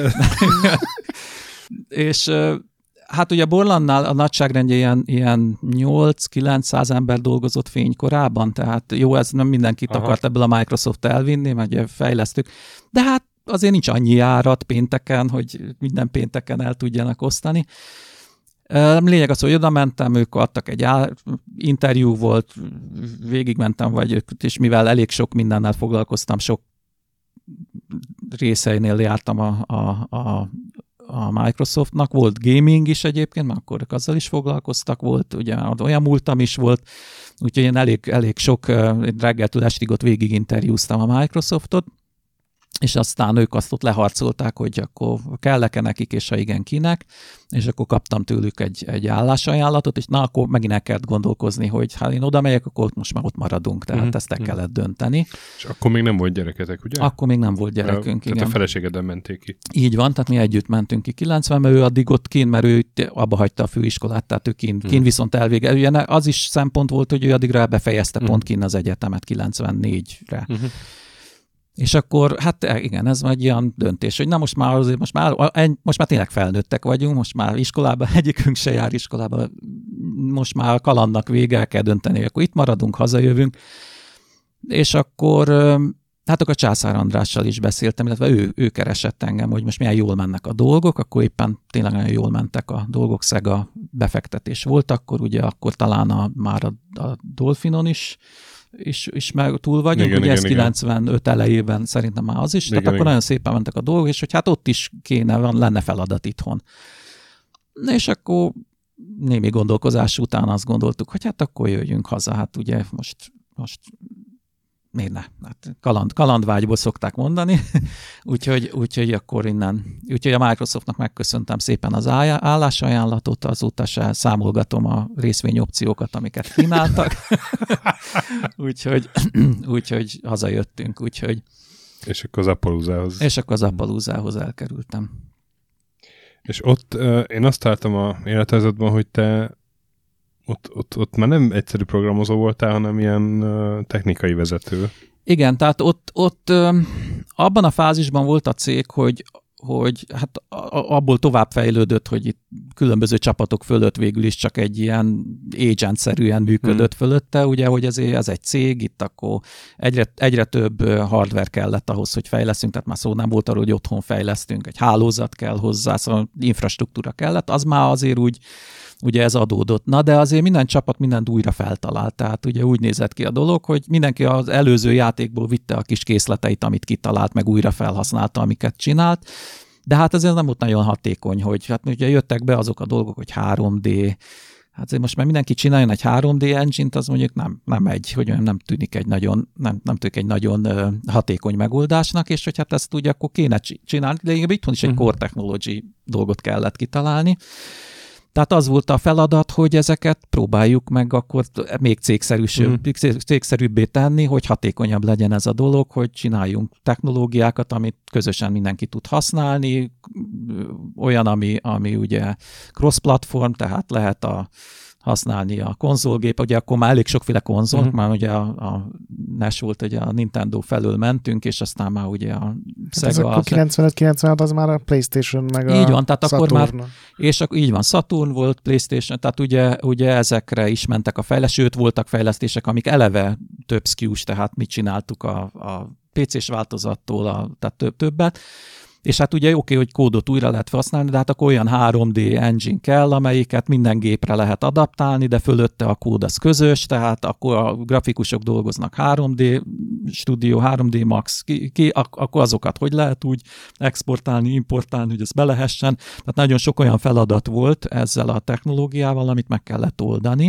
És... Hát ugye a Borlandnál a nagyságrendje ilyen, ilyen nyolc-kilencszáz ember dolgozott fénykorában, tehát jó, ez nem mindenkit Aha. akart ebből a Microsoft elvinni, mert ugye fejlesztük, de hát azért nincs annyi járat pénteken, hogy minden pénteken el tudjanak osztani. Lényeg az, hogy oda mentem, ők adtak egy á- interjú volt, végigmentem, vagy és mivel elég sok mindennel foglalkoztam, sok részeinél jártam a, a, a a Microsoftnak, volt gaming is egyébként, mert akkor azzal is foglalkoztak, volt, ugye olyan múltam is volt, úgyhogy én elég, elég sok reggeltől estig ott végig interjúztam a Microsoftot, és aztán ők azt ott leharcolták, hogy akkor kell-e nekik, és ha igen, kinek, és akkor kaptam tőlük egy, egy állásajánlatot, és na, akkor megint el kellett gondolkozni, hogy ha én oda megyek, akkor most már ott maradunk, tehát uh-huh. ezt el kellett dönteni. És akkor még nem volt gyereketek, ugye? Akkor még nem volt gyerekünk, tehát igen. Tehát a feleségeden menték ki. Így van, tehát mi együtt mentünk ki kilencvenben, ő addig ott kint, mert ő abba hagyta a főiskolát, tehát ő kint, uh-huh. kint viszont elvége. Ugye az is szempont volt, hogy ő addigra befejezte uh-huh. pont kint az egyetemet kilencvennégyre. Uh-huh. És akkor, hát igen, ez egy ilyen döntés, hogy na most már azért, most már, most már tényleg felnőttek vagyunk, most már iskolában, egyikünk se jár iskolába, most már a kalandnak vége, el kell dönteni, akkor itt maradunk, hazajövünk. És akkor, hát akkor a Császár Andrással is beszéltem, illetve ő, ő keresett engem, hogy most milyen jól mennek a dolgok, akkor éppen tényleg nagyon jól mentek a dolgok, Szega befektetés volt, akkor ugye akkor talán a, már a, a Dolphinon is és, és meg túl vagyunk, igen, ugye igen, ez igen. kilencvenöt elejében szerintem már az is, igen, tehát igen. akkor nagyon szépen mentek a dolgok, és hogy hát ott is kéne, van, lenne feladat itthon. És akkor némi gondolkozás után azt gondoltuk, hogy hát akkor jöjjünk haza, hát ugye most, most miért ne? Hát kaland, kalandvágyból szokták mondani, úgyhogy, úgyhogy akkor innen, úgyhogy a Microsoftnak megköszöntem szépen az állásajánlatot, azóta se számolgatom a részvényopciókat, amiket kínáltak, úgyhogy, úgyhogy hazajöttünk, úgyhogy... És akkor az Appaloozához. És akkor az Appaloozához elkerültem. És ott uh, én azt láttam a életrajzodban, hogy te Ott, ott, ott már nem egyszerű programozó voltál, hanem ilyen uh, technikai vezető. Igen, tehát ott, ott um, abban a fázisban volt a cég, hogy, hogy hát abból tovább fejlődött, hogy itt különböző csapatok fölött végül is csak egy ilyen agent-szerűen működött hmm. fölötte, ugye, hogy ezért ez egy cég, itt akkor egyre, egyre több hardware kellett ahhoz, hogy fejlesztünk, tehát már szó nem volt arról, hogy otthon fejlesztünk, egy hálózat kell hozzá, szóval infrastruktúra kellett, az már azért úgy ugye ez adódott. Na, de azért minden csapat mindent újra feltalált. Tehát ugye úgy nézett ki a dolog, hogy mindenki az előző játékból vitte a kis készleteit, amit kitalált, meg újra felhasználta, amiket csinált. De hát azért nem volt nagyon hatékony, hogy hát ugye jöttek be azok a dolgok, hogy három dé. Hát azért most már mindenki csináljon egy három dé engine-t, az mondjuk nem, nem egy, hogy nem tűnik egy nagyon, nem, nem tűnik egy nagyon uh, hatékony megoldásnak, és hogy hát ezt ugye akkor kéne csinálni, de inkább itthon is egy core technology dolgot kellett kitalálni. Tehát az volt a feladat, hogy ezeket próbáljuk meg akkor még cégszerűbb, mm. cégszerűbbé tenni, hogy hatékonyabb legyen ez a dolog, hogy csináljunk technológiákat, amit közösen mindenki tud használni, olyan, ami, ami ugye cross-platform, tehát lehet a használni a konzolgép, ugye akkor már elég sokféle konzol, uh-huh. már ugye a, a en e es volt, ugye a Nintendo felől mentünk, és aztán már ugye a hát Sega. Hát kilencvenöt kilencvenhat az már a PlayStation meg így a van, tehát Saturn. Akkor már, és akkor így van, Saturn volt, PlayStation, tehát ugye, ugye ezekre is mentek a fejlesztések, sőt voltak fejlesztések, amik eleve több szkiús, tehát mi csináltuk a, a pé cés változattól, a, tehát több, többet. És hát ugye oké, okay, hogy kódot újra lehet használni, de hát akkor olyan három dé engine kell, amelyiket minden gépre lehet adaptálni, de fölötte a kód az közös, tehát akkor a grafikusok dolgoznak három dé Studio, három dé Max, ki, ki, ak- akkor azokat hogy lehet úgy exportálni, importálni, hogy ez be lehessen. Tehát nagyon sok olyan feladat volt ezzel a technológiával, amit meg kellett oldani,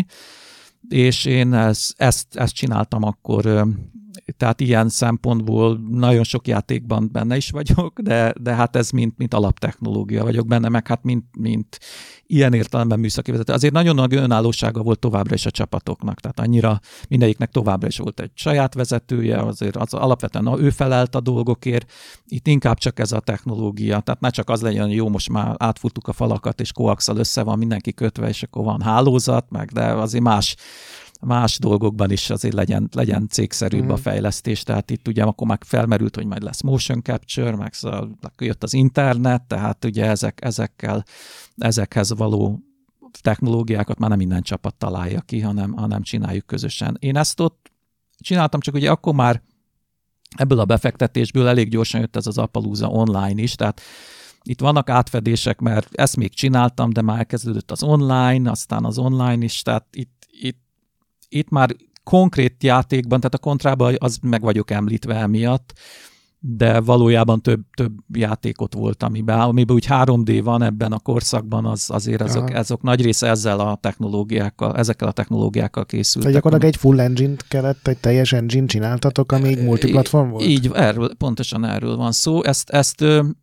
és én ez, ezt, ezt csináltam akkor. Tehát ilyen szempontból nagyon sok játékban benne is vagyok, de, de hát ez mint, mint alaptechnológia vagyok benne, meg hát mint, mint ilyen értelemben műszaki vezető. Azért nagyon nagy önállósága volt továbbra is a csapatoknak, tehát annyira mindegyiknek továbbra is volt egy saját vezetője, azért az alapvetően na, ő felelt a dolgokért, itt inkább csak ez a technológia, tehát ne csak az legyen, hogy jó, most már átfuttuk a falakat, és koaxal össze van mindenki kötve, és akkor van hálózat, meg de azért más más dolgokban is azért legyen, legyen cégszerűbb mm. a fejlesztés, tehát itt ugye akkor már felmerült, hogy majd lesz motion capture, meg szóval jött az internet, tehát ugye ezek, ezekkel, ezekhez való technológiákat már nem minden csapat találja ki, hanem, hanem csináljuk közösen. Én ezt ott csináltam, csak ugye akkor már ebből a befektetésből elég gyorsan jött ez az Appaloosa online is, tehát itt vannak átfedések, mert ezt még csináltam, de már elkezdődött az online, aztán az online is, tehát itt, itt Itt már konkrét játékban, tehát a kontrában az meg vagyok említve emiatt, de valójában több, több játékot volt, amiben, amiben úgy három dé van ebben a korszakban, az, azért azok, azok nagy része ezzel a technológiákkal, ezekkel a technológiákkal készültek. Tehát gyakorlatilag egy full engine-t kellett, egy teljes engine csináltatok, ami így multiplatform volt? Így, erről, pontosan erről van szó. Ezt, ezt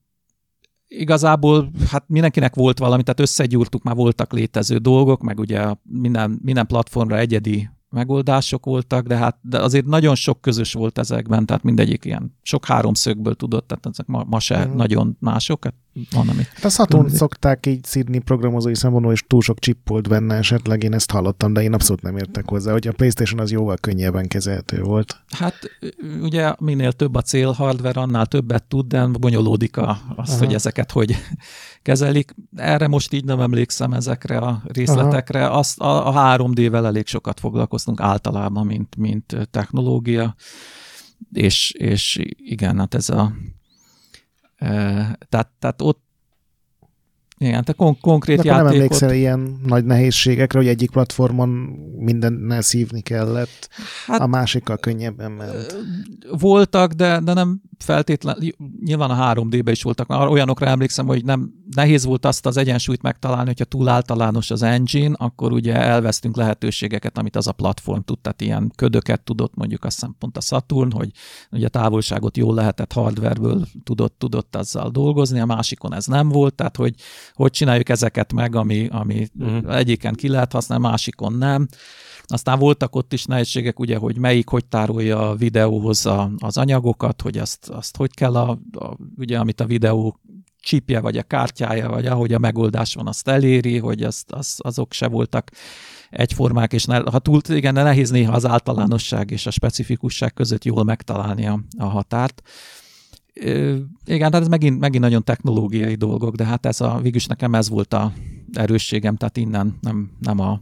igazából hát mindenkinek volt valami, tehát összegyúrtuk, már voltak létező dolgok, meg ugye minden, minden platformra egyedi megoldások voltak, de hát de azért nagyon sok közös volt ezekben, tehát mindegyik ilyen sok háromszögből tudott, tehát ezek ma, ma se mm. nagyon mások, hát van, amit... A Saturn szokták így szídni programozói szempontból, és túl sok chip volt benne esetleg, én ezt hallottam, de én abszolút nem értek hozzá, hogy a PlayStation az jóval könnyebben kezelhető volt. Hát ugye minél több a célhardware, annál többet tud, de bonyolódik a, az, Aha. hogy ezeket hogy kezelik. Erre most így nem emlékszem ezekre a részletekre. Azt a, a három dé-vel elég sokat foglalkoztunk általában, mint, mint technológia, és, és igen, hát ez a e, tehát, tehát ott igen, te kon- konkrét de játékot... nem emlékszel ilyen nagy nehézségekre, hogy egyik platformon mindennel szívni kellett, hát, a másikkal könnyebben ment. Voltak, de, de nem feltétlenül, nyilván a három dé-be is voltak, olyanokra emlékszem, hogy nem nehéz volt azt az egyensúlyt megtalálni, hogyha túl általános az engine, akkor ugye elvesztünk lehetőségeket, amit az a platform tud, tehát ilyen ködöket tudott, mondjuk azt hiszem pont a Saturn, hogy ugye távolságot jól lehetett hardwareből tudott, tudott azzal dolgozni, a másikon ez nem volt, tehát hogy, hogy csináljuk ezeket meg, ami, ami mm. egyiken ki lehet használni, másikon nem. Aztán voltak ott is nehézségek, ugye, hogy melyik hogy tárolja a videóhoz a, az anyagokat, hogy azt, azt hogy kell, a, a, ugye, amit a videó chipje, vagy a kártyája, vagy ahogy a megoldás van, azt eléri, hogy azt, az, azok se voltak egyformák, és ne, ha túl, igen, nehéz néha az általánosság és a specifikusság között jól megtalálni a, a határt. Ö, igen, tehát ez megint, megint nagyon technológiai dolgok, de hát ez a, végülis nekem ez volt a erősségem, tehát innen nem, nem a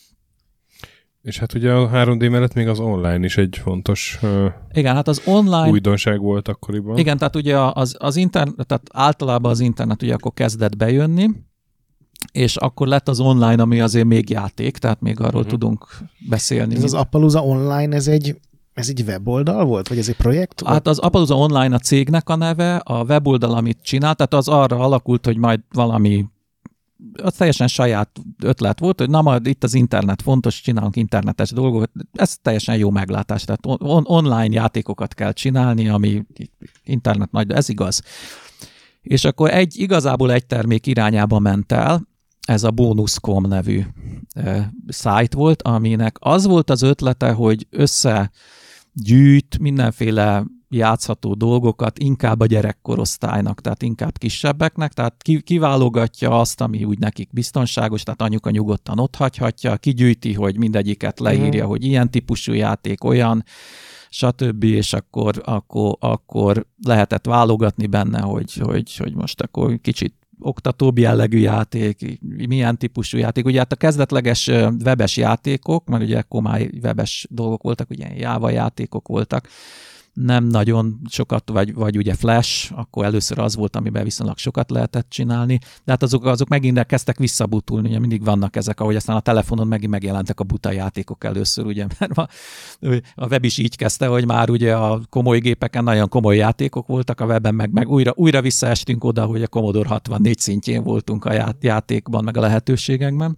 És hát ugye a három dé mellett még az online is egy fontos uh, igen, hát az online, újdonság volt akkoriban. Igen, tehát ugye az, az internet, tehát általában az internet ugye akkor kezdett bejönni, és akkor lett az online, ami azért még játék, tehát még arról uh-huh. tudunk beszélni. Ez az Appaloosa online, ez egy, ez egy weboldal volt, vagy ez egy projekt? Hát az Appaloosa online a cégnek a neve, a weboldal, amit csinál, tehát az arra alakult, hogy majd valami az teljesen saját ötlet volt, hogy na majd itt az internet fontos, csinálunk internetes dolgokat, ez teljesen jó meglátás, tehát on- online játékokat kell csinálni, ami internet nagy, de ez igaz. És akkor egy, igazából egy termék irányába ment el, ez a Bonus pont com nevű e, szájt volt, aminek az volt az ötlete, hogy összegyűjt mindenféle játszható dolgokat inkább a gyerekkorosztálynak, tehát inkább kisebbeknek, tehát kiválogatja azt, ami úgy nekik biztonságos, tehát anyuka nyugodtan ott hagyhatja, kigyűjti, hogy mindegyiket leírja, mm. hogy ilyen típusú játék, olyan, stb., és akkor, akkor, akkor lehetett válogatni benne, hogy, hogy, hogy most akkor kicsit oktatóbb jellegű játék, milyen típusú játék. Ugye hát a kezdetleges webes játékok, mert ugye akkor már webes dolgok voltak, ugye Java játékok voltak, nem nagyon sokat, vagy, vagy ugye Flash, akkor először az volt, amiben viszonylag sokat lehetett csinálni, de hát azok, azok megint kezdtek visszabutulni, ugye mindig vannak ezek, ahogy aztán a telefonon megint megjelentek a buta játékok először, ugye, mert a, a web is így kezdte, hogy már ugye a komoly gépeken nagyon komoly játékok voltak, a webben meg, meg újra, újra visszaestünk oda, hogy a Commodore hatvannégy szintjén voltunk a já, játékban, meg a lehetőségekben.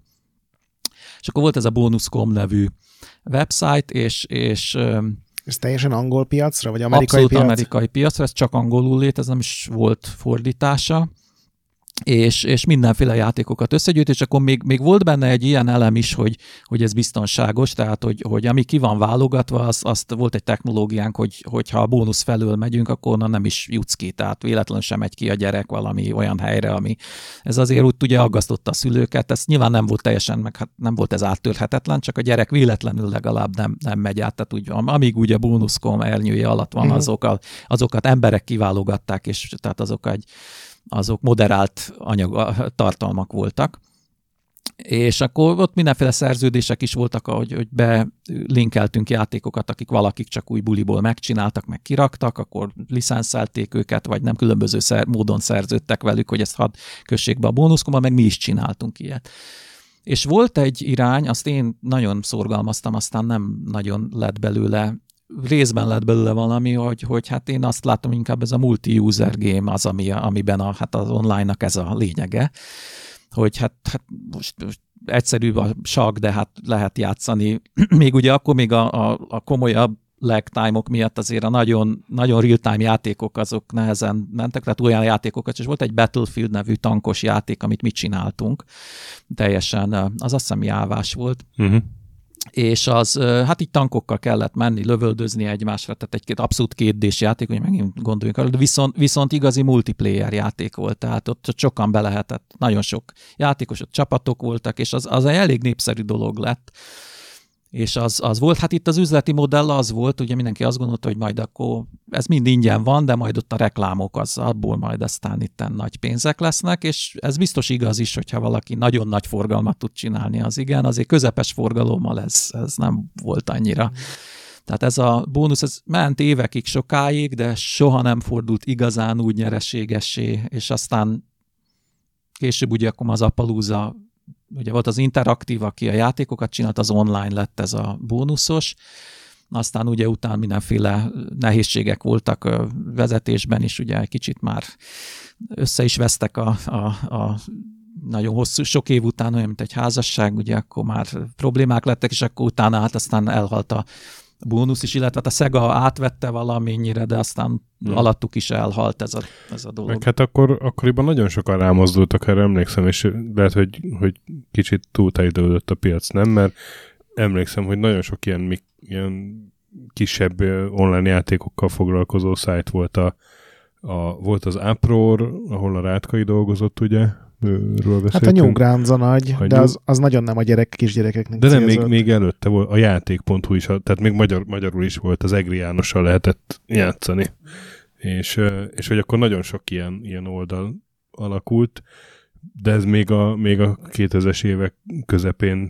És akkor volt ez a Bonus pont com nevű website, és, és ez teljesen angol piacra, vagy amerikai abszolút piac? amerikai piacra, ez csak angolul létezik, nem is volt fordítása, és, és mindenféle játékokat összegyűjt, és akkor még, még volt benne egy ilyen elem is, hogy, hogy ez biztonságos, tehát hogy, hogy ami ki van válogatva, az, azt volt egy technológiánk, hogy, hogyha a bónusz felől megyünk, akkor onnan nem is jutsz ki, tehát véletlenül sem megy ki a gyerek valami olyan helyre, ami ez azért úgy ugye aggasztotta a szülőket, ez nyilván nem volt teljesen, meg hát nem volt ez áttörhetetlen, csak a gyerek véletlenül legalább nem, nem megy át, tehát úgy, amíg ugye a bónusz pont com ernyője alatt van, azok a, azokat emberek kiválogatták, és tehát azok egy azok moderált anyag, tartalmak voltak. És akkor ott mindenféle szerződések is voltak, ahogy, hogy belinkeltünk játékokat, akik valakik csak új buliból megcsináltak, meg kiraktak, akkor licenszelték őket, vagy nem különböző szer- módon szerződtek velük, hogy ezt hadd kössék be a bónuszkomba, meg mi is csináltunk ilyet. És volt egy irány, azt én nagyon szorgalmaztam, aztán nem nagyon lett belőle, részben lett belőle valami, hogy, hogy hát én azt látom, inkább ez a multi-user game az, ami, amiben a, hát az online-nak ez a lényege, hogy hát, hát most, most egyszerűbb a sakk, de hát lehet játszani. Még ugye akkor még a, a, a komolyabb lag time-ok miatt azért a nagyon, nagyon real-time játékok azok nehezen mentek, tehát olyan játékokat, és volt egy Battlefield nevű tankos játék, amit mi csináltunk. Teljesen, az azt hiszem jávás volt. Uh-huh. És az, hát így tankokkal kellett menni, lövöldözni egymásra, tehát egy abszolút kétdés játék, hogy megint gondoljunk arra, de viszont, viszont igazi multiplayer játék volt, tehát ott sokan be lehetett, nagyon sok játékos, ott csapatok voltak, és az, az egy elég népszerű dolog lett. És az, az volt, hát itt az üzleti modell az volt, ugye mindenki azt gondolta, hogy majd akkor ez mind ingyen van, de majd ott a reklámok, az abból majd aztán itten nagy pénzek lesznek, és ez biztos igaz is, hogyha valaki nagyon nagy forgalmat tud csinálni, az igen, azért közepes forgalommal ez, ez nem volt annyira. Tehát ez a bónusz, ez ment évekig, sokáig, de soha nem fordult igazán úgy nyereségessé, és aztán később ugye akkor az Appaloosa, ugye volt az interaktív, aki a játékokat csinált, az online lett ez a bónuszos, aztán ugye utána mindenféle nehézségek voltak a vezetésben is, ugye egy kicsit már össze is vesztek a, a, a nagyon hosszú, sok év után, olyan, mint egy házasság, ugye akkor már problémák lettek, és akkor utána hát aztán elhalt a bónusz is, illetve a Sega átvette valamennyire, de aztán hmm. alattuk is elhalt ez a, ez a dolog. Meg hát akkor, akkoriban nagyon sokan rámozdultak, erre emlékszem, és lehet, hogy, hogy kicsit túltejtődött a piac, nem? Mert emlékszem, hogy nagyon sok ilyen, ilyen kisebb online játékokkal foglalkozó szájt volt a, a volt az Uproar, ahol a Rátkai dolgozott, ugye? Hát a Newgrounds a nagy, a de az, az nagyon nem a gyerek, kisgyerekeknek de nem, még, még előtte volt a játék pont hu is, tehát még magyar, magyarul is volt, az Egri Jánossal lehetett játszani. És, és hogy akkor nagyon sok ilyen, ilyen oldal alakult, de ez még a, még a kétezres évek közepén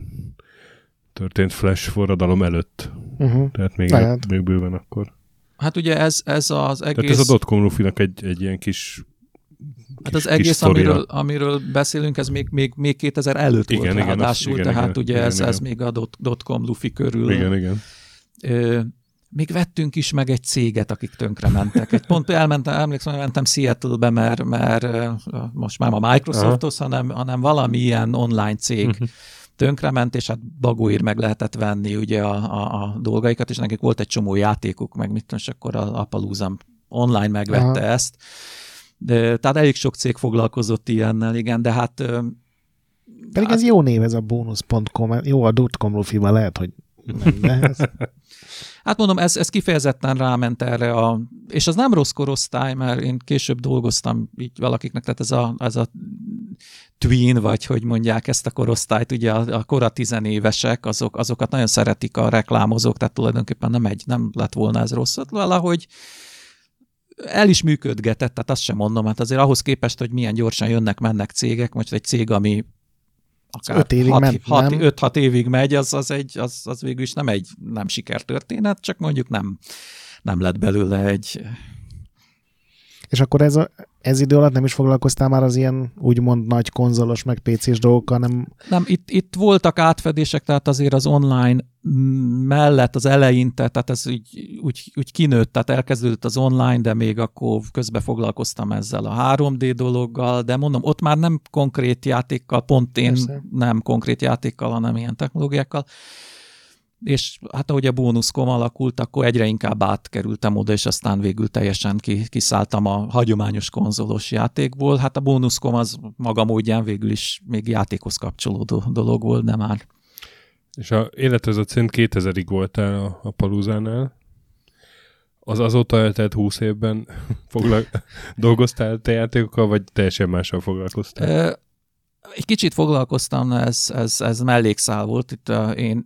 történt Flash forradalom előtt. Uh-huh. Tehát még, a, még bőven akkor. Hát ugye ez, ez az egész... Tehát ez a dotcom lufinak egy, egy ilyen kis Hát az egész, amiről, amiről beszélünk, ez még, még, még kétezer előtt igen, volt igen, ráadásul, igen, tehát igen, ugye igen, ez, igen. ez még a dotcom lufi körül. Igen, igen. Ö, még vettünk is meg egy céget, akik tönkre mentek. Egy pont elmentem, emlékszem, mentem Seattle-be, mert, mert most már a Microsofthoz, hanem, hanem valami ilyen online cég uh-huh. tönkrement, és hát bagóért meg lehetett venni ugye a, a, a dolgaikat, és nekik volt egy csomó játékuk, meg mit tudom, és akkor a Appaloosa online megvette Aha. ezt. De, tehát elég sok cég foglalkozott ilyennel, igen, de hát... Pedig hát, ez jó név, ez a bonus pont com, jó a dotcom lufival lehet, hogy Nem, de ez... Hát mondom, ez, ez kifejezetten ráment erre a... És az nem rossz korosztály, mert én később dolgoztam így valakiknek, tehát ez a, ez a tween, vagy hogy mondják ezt a korosztályt, ugye a, a kora tizenévesek, azok, azokat nagyon szeretik a reklámozók, tehát tulajdonképpen nem, egy, nem lett volna ez rosszat, valahogy el is működgetett, tehát azt sem mondom, hát azért ahhoz képest, hogy milyen gyorsan jönnek-mennek cégek, most egy cég, ami akár öt évig hat, ment, hat, öt-hat évig megy, az, az, egy, az, az végül is nem egy nem sikertörténet, csak mondjuk nem, nem lett belőle egy... És akkor ez, a, ez idő alatt nem is foglalkoztál már az ilyen úgymond nagy konzolos, meg pé cés dolgokkal, nem... Nem, itt, itt voltak átfedések, tehát azért az online mellett az eleinte, tehát ez úgy, úgy, úgy kinőtt, tehát elkezdődött az online, de még akkor közben foglalkoztam ezzel a három dé dologgal, de mondom, ott már nem konkrét játékkal, pont én Persze. nem konkrét játékkal, hanem ilyen technológiákkal, és hát ahogy a Bonuscom alakult, akkor egyre inkább átkerültem oda, és aztán végül teljesen kiszálltam a hagyományos konzolos játékból. Hát a Bonuscom az maga módján végül is még játékhoz kapcsolódó dolog volt, de már. És a életvezet szerint kétezerig voltál a, a Paluzánál. Az azóta eltelt húsz évben foglal... dolgoztál te játékokkal, vagy teljesen mással foglalkoztál? Egy kicsit foglalkoztam, ez, ez, ez mellékszál volt. Itt a, én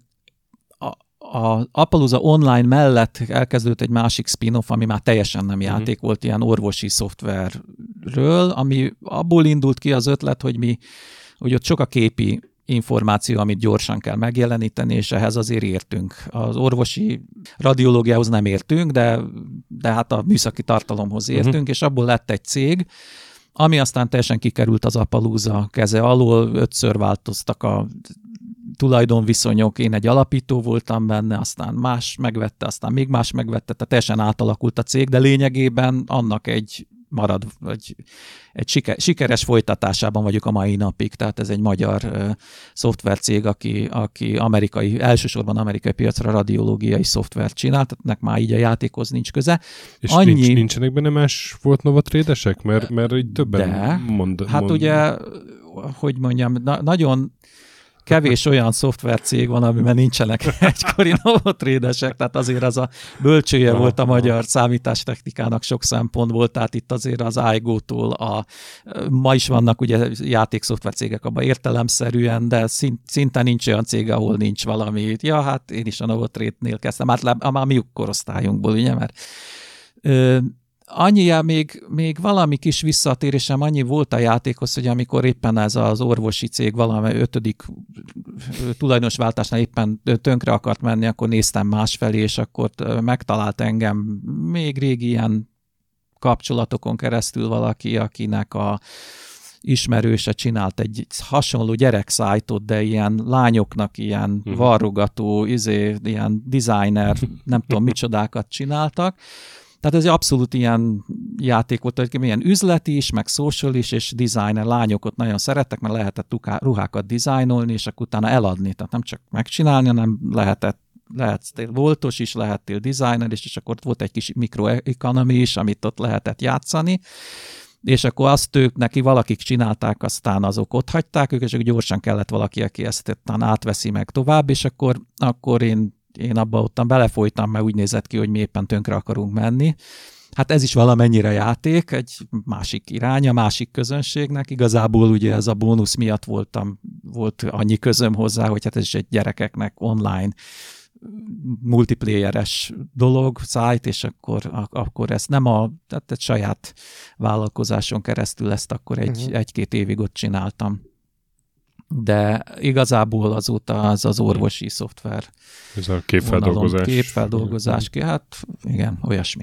a Appaloosa online mellett elkezdődött egy másik spin-off, ami már teljesen nem játék uh-huh. volt, ilyen orvosi szoftverről, ami abból indult ki az ötlet, hogy mi, hogy ott sok a képi információ, amit gyorsan kell megjeleníteni, és ehhez azért értünk. Az orvosi radiológiához nem értünk, de, de hát a műszaki tartalomhoz értünk, uh-huh. és abból lett egy cég, ami aztán teljesen kikerült az Appaloosa keze alól, ötször változtak a tulajdonviszonyok, én egy alapító voltam benne, aztán más megvette, aztán még más megvette, tehát teljesen átalakult a cég, de lényegében annak egy marad, vagy egy siker, sikeres folytatásában vagyok a mai napig, tehát ez egy magyar uh, szoftvercég, aki, aki amerikai, elsősorban amerikai piacra radiológiai szoftvert csinál, tehát nek már így a játékhoz nincs köze. És Annyi... nincs, nincsenek benne más volt Novatrédesek? Mert, mert így többen de, mond, hát mond... ugye, hogy mondjam, na, nagyon kevés olyan szoftvercég van, amiben nincsenek egykori novotrédesek, tehát azért az a bölcsője ah, volt a magyar ah. számítástechnikának sok szempontból, tehát itt azért az i gé ó-tól a, ma is vannak ugye játékszoftvercégek abban értelemszerűen, de szinte nincs olyan cég, ahol nincs valami. Ja, hát én is a Novotrédnél kezdtem, hát a mi korosztályunkból, ugye, mert ö, annyi, még, még valami kis visszatérésem annyi volt a játékhoz, hogy amikor éppen ez az orvosi cég valami ötödik tulajdonosváltásnál éppen tönkre akart menni, akkor néztem másfelé, és akkor megtalált engem még régi ilyen kapcsolatokon keresztül valaki, akinek a ismerőse csinált egy hasonló gyerekszájtot, de ilyen lányoknak ilyen uh-huh. varrogató, izé, ilyen designer, nem tudom micsodákat csináltak. Tehát ez egy abszolút ilyen játék volt, hogy milyen üzleti is, meg social is, és designer lányok nagyon szerettek, mert lehetett ruhákat dizájnolni, és akkor utána eladni. Tehát nem csak megcsinálni, hanem lehetett, lehettél voltos is, lehettél designer is, és akkor volt egy kis microeconomy is, amit ott lehetett játszani. És akkor azt ők, neki valakik csinálták, aztán azok ott hagyták ők, és akkor gyorsan kellett valaki, aki ezt átveszi meg tovább, és akkor, akkor én Én abba ottan belefolytam, mert úgy nézett ki, hogy mi éppen tönkre akarunk menni. Hát ez is valamennyire játék, egy másik iránya, másik közönségnek. Igazából ugye ez a bónusz miatt voltam, volt annyi közöm hozzá, hogy hát ez is egy gyerekeknek online multiplayeres dolog, site, és akkor, akkor ezt nem a tehát egy saját vállalkozáson keresztül ezt akkor egy, uh-huh. egy-két évig ott csináltam. De igazából azóta az az orvosi szoftver. Ez a képfeldolgozás. Képfeldolgozás, hát igen, olyasmi.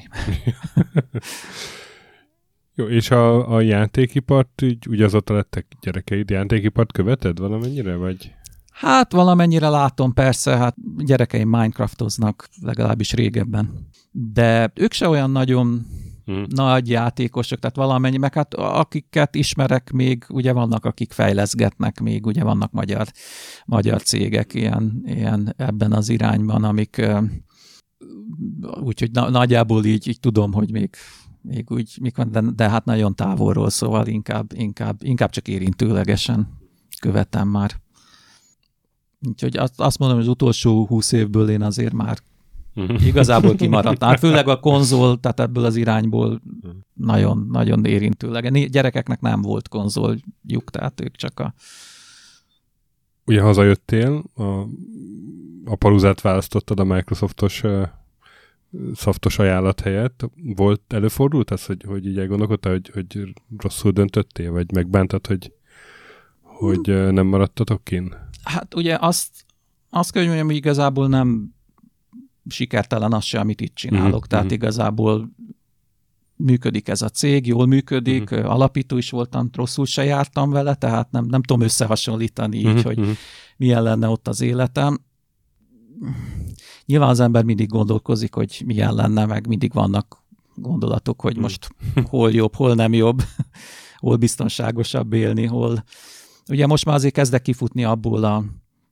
Jó, és a, a játékipart, úgy, úgy azóta lettek gyerekeid, játékipart követed valamennyire, vagy? Hát valamennyire látom, persze, hát gyerekeim Minecraftoznak legalábbis régebben. De ők se olyan nagyon Hmm. nagy játékosok, tehát valamennyi, meg hát akiket ismerek még, ugye vannak, akik fejleszgetnek még, ugye vannak magyar, magyar cégek ilyen, ilyen ebben az irányban, amik úgyhogy na, nagyjából így, így tudom, hogy még, még úgy, mik van, de, de hát nagyon távolról, szóval inkább, inkább, inkább csak érintőlegesen követem már. Úgyhogy azt, azt mondom, hogy az utolsó húsz évből én azért már igazából kimaradtam. Főleg a konzol, tehát ebből az irányból nagyon, nagyon érintőleg. Gyerekeknek nem volt konzoljuk, tehát ők csak a... Ugye hazajöttél, a, a Paluzát választottad a Microsoftos uh, szaftos ajánlat helyett. Volt, előfordult az, hogy, hogy így elgondolkodtál, hogy, hogy rosszul döntöttél, vagy megbántad, hogy, hogy uh, nem maradtatok kint? Hát ugye azt, azt kell, hogy mondjam, hogy igazából nem sikertelen az se, amit itt csinálok. Uh-huh, Tehát uh-huh. igazából működik ez a cég, jól működik, uh-huh. alapító is voltam, rosszul se jártam vele, tehát nem, nem tudom összehasonlítani így, uh-huh. hogy uh-huh. milyen lenne ott az életem. Nyilván az ember mindig gondolkozik, hogy milyen lenne, meg mindig vannak gondolatok, hogy most hol jobb, hol nem jobb, hol biztonságosabb élni, hol... Ugye most már azért kezdek kifutni abból a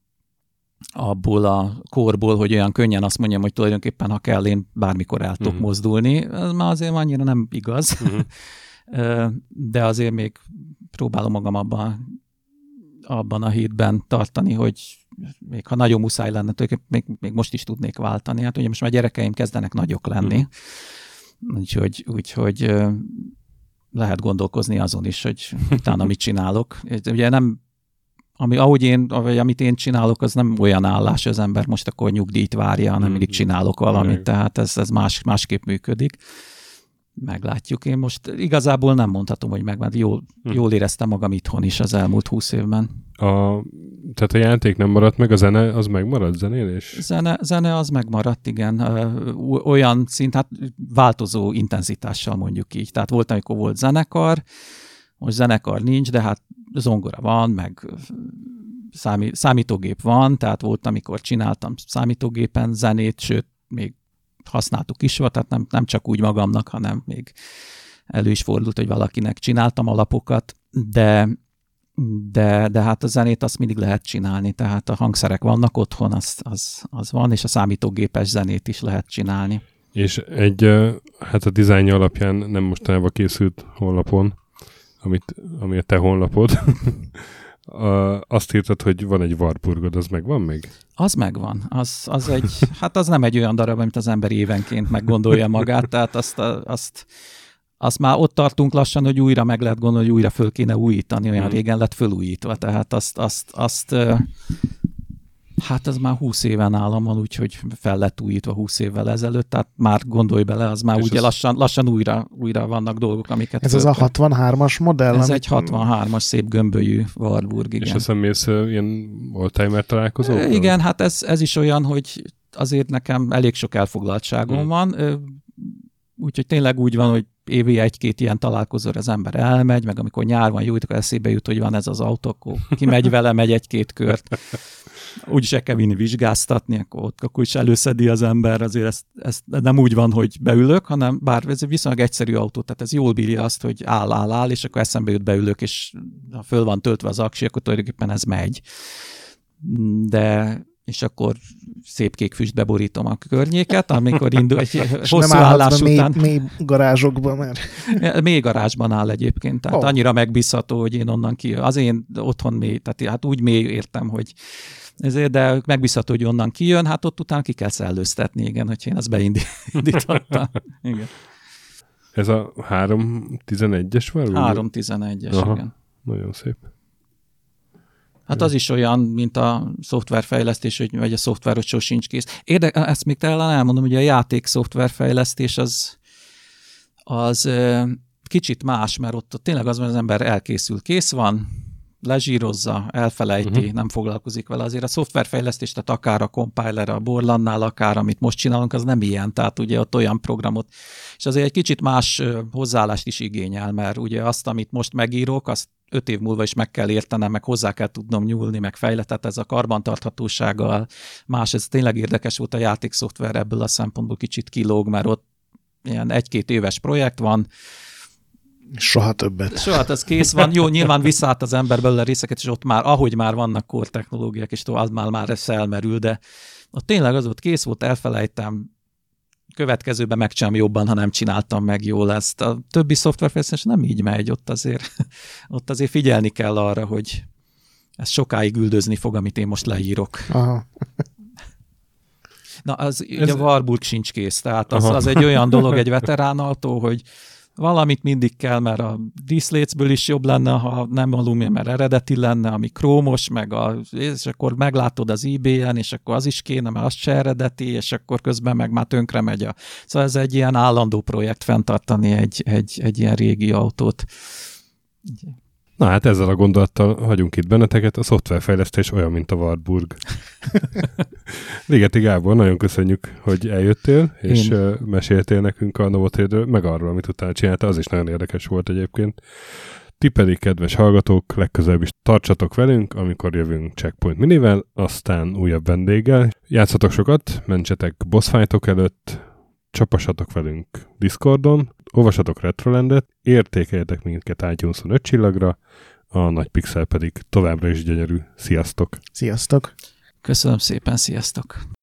abból a korból, hogy olyan könnyen azt mondjam, hogy tulajdonképpen, ha kell, én bármikor el tudok uh-huh. mozdulni. Ez már azért annyira nem igaz. Uh-huh. De azért még próbálom magam abban, abban a hétben tartani, hogy még ha nagyon muszáj lenne, még, még most is tudnék váltani. Hát ugye most már gyerekeim kezdenek nagyok lenni. Uh-huh. Úgyhogy, úgyhogy lehet gondolkozni azon is, hogy utána mit csinálok. Ugye nem Ami, ahogy én, vagy amit én csinálok, az nem olyan állás, az ember most akkor nyugdíjt várja, hanem mindig csinálok valamit, mm. tehát ez, ez más, másképp működik. Meglátjuk. Én most igazából nem mondhatom, hogy meg, mert jól, mm. jól éreztem magam itthon is az elmúlt húsz évben. A, tehát a játék nem maradt meg, a zene az megmaradt, zenélés? Zene, zene az megmaradt, igen. Olyan szint, hát változó intenzitással mondjuk így. Tehát volt, amikor volt zenekar, most zenekar nincs, de hát zongora van, meg számí, számítógép van, tehát volt, amikor csináltam számítógépen zenét, sőt, még használtuk is, tehát nem, nem csak úgy magamnak, hanem még elő is fordult, hogy valakinek csináltam alapokat, de, de, de hát a zenét azt mindig lehet csinálni, tehát a hangszerek vannak otthon, az, az, az van, és a számítógépes zenét is lehet csinálni. És egy, hát a dizájnja alapján nem mostanában készült honlapon, Amit, ami a te honlapod, azt írtad, hogy van egy Warburgod, az megvan még? Az megvan. Az, az egy, hát az nem egy olyan darab, amit az ember évenként meggondolja magát, tehát azt, azt, azt már ott tartunk lassan, hogy újra meg lehet gondolni, hogy újra föl kéne újítani, olyan hmm. régen lett fölújítva, tehát azt, azt, azt hát ez már húsz éven nálam van, úgyhogy fel lett újítva húsz évvel ezelőtt, tehát már gondolj bele, az már ugye az... lassan, lassan újra, újra vannak dolgok, amiket... Ez föl... az a hatvanhármas modell? Ez amit... egy hatvanhármas szép gömbölyű Warburg, igen. És aztán mész ilyen oldtimer találkozókra? Igen, hát ez, ez is olyan, hogy azért nekem elég sok elfoglaltságom hmm. van, úgyhogy tényleg úgy van, hogy évi egy-két ilyen találkozóra az ember elmegy, meg amikor nyár van, jó, akkor eszébe jut, hogy van ez az autó, akkor kimegy vele, megy egy-két kört. Úgyis el kell vinni vizsgáztatni, akkor ott akkor is előszedi az ember, azért ezt, ezt nem úgy van, hogy beülök, hanem bár ez egy viszonylag egyszerű autó, tehát ez jól bírja azt, hogy áll, áll, áll, és akkor eszembe jut, beülök, és ha föl van töltve az aksi, akkor tulajdonképpen ez megy. De és akkor szép kék füstbe borítom a környéket, amikor indul egy hosszú állás után. Mély, mély garázsokban már. Mély garázsban áll egyébként, tehát oh. annyira megbízható, hogy én onnan ki. Az én otthon mély, tehát hát úgy mély értem, hogy ezért, de megbízható, hogy onnan kijön, hát ott utána ki kell szellőztetni, igen, hogy én azt beindítottam. Igen. Ez a három tizenegyes van? három tizenegyes, igen. Nagyon szép. Hát az is olyan, mint a szoftverfejlesztés, hogy, vagy a szoftver, hogy sosincs kész. Érde, ezt még talán elmondom, hogy a játék szoftverfejlesztés az, az kicsit más, mert ott, ott tényleg az van, az ember elkészül, kész van, lezsírozza, elfelejti, uh-huh. nem foglalkozik vele. Azért a szoftverfejlesztés, tehát akár a compiler, a Borlannál, akár amit most csinálunk, az nem ilyen, tehát ugye ott olyan programot, és azért egy kicsit más hozzáállást is igényel, mert ugye azt, amit most megírok, azt öt év múlva is meg kell értenem, meg hozzá kell tudnom nyúlni, meg fejletet, ez a karbantarthatósággal más, ez tényleg érdekes volt a játékszoftver, ebből a szempontból kicsit kilóg, mert ott ilyen egy-két éves projekt van, soha többet. Soha, ez kész van. Jó, nyilván visszaállt az ember belőle részeket, és ott már, ahogy már vannak core technológiák, és az már, már ez felmerül, de ott tényleg az volt, kész volt, elfelejtem, következőben megcsinálom jobban, ha nem csináltam meg jól ezt. A többi szoftverfejlesztés nem így megy, ott azért, ott azért figyelni kell arra, hogy ez sokáig üldözni fog, amit én most leírok. Aha. Na, az Ez... a Warburg sincs kész, tehát az, az egy olyan dolog egy veteránaltól, hogy valamit mindig kell, mert a díszlécből is jobb lenne, ha nem alumínium, mert eredeti lenne, ami krómos, meg a, és akkor meglátod az eBay-en, és akkor az is kéne, mert az se eredeti, és akkor közben meg már tönkre megy a... Szóval ez egy ilyen állandó projekt fenntartani egy, egy, egy ilyen régi autót. Na hát ezzel a gondolattal hagyunk itt benneteket, a szoftverfejlesztés olyan, mint a Warburg. Ligeti Gábor, nagyon köszönjük, hogy eljöttél, és Én... meséltél nekünk a Novotrade-ről, meg arról, amit utána csináltál, az is nagyon érdekes volt egyébként. Ti pedig, kedves hallgatók, legközelebb is tartsatok velünk, amikor jövünk Checkpoint Minivel, aztán újabb vendéggel. Játszatok sokat, mentsetek boss fightok előtt, csapassatok velünk Discordon, olvassatok Retrolandet, értékeljetek minket iTunes-on öt csillagra, a nagy pixel pedig továbbra is gyönyörű. Sziasztok! Sziasztok! Köszönöm szépen, sziasztok!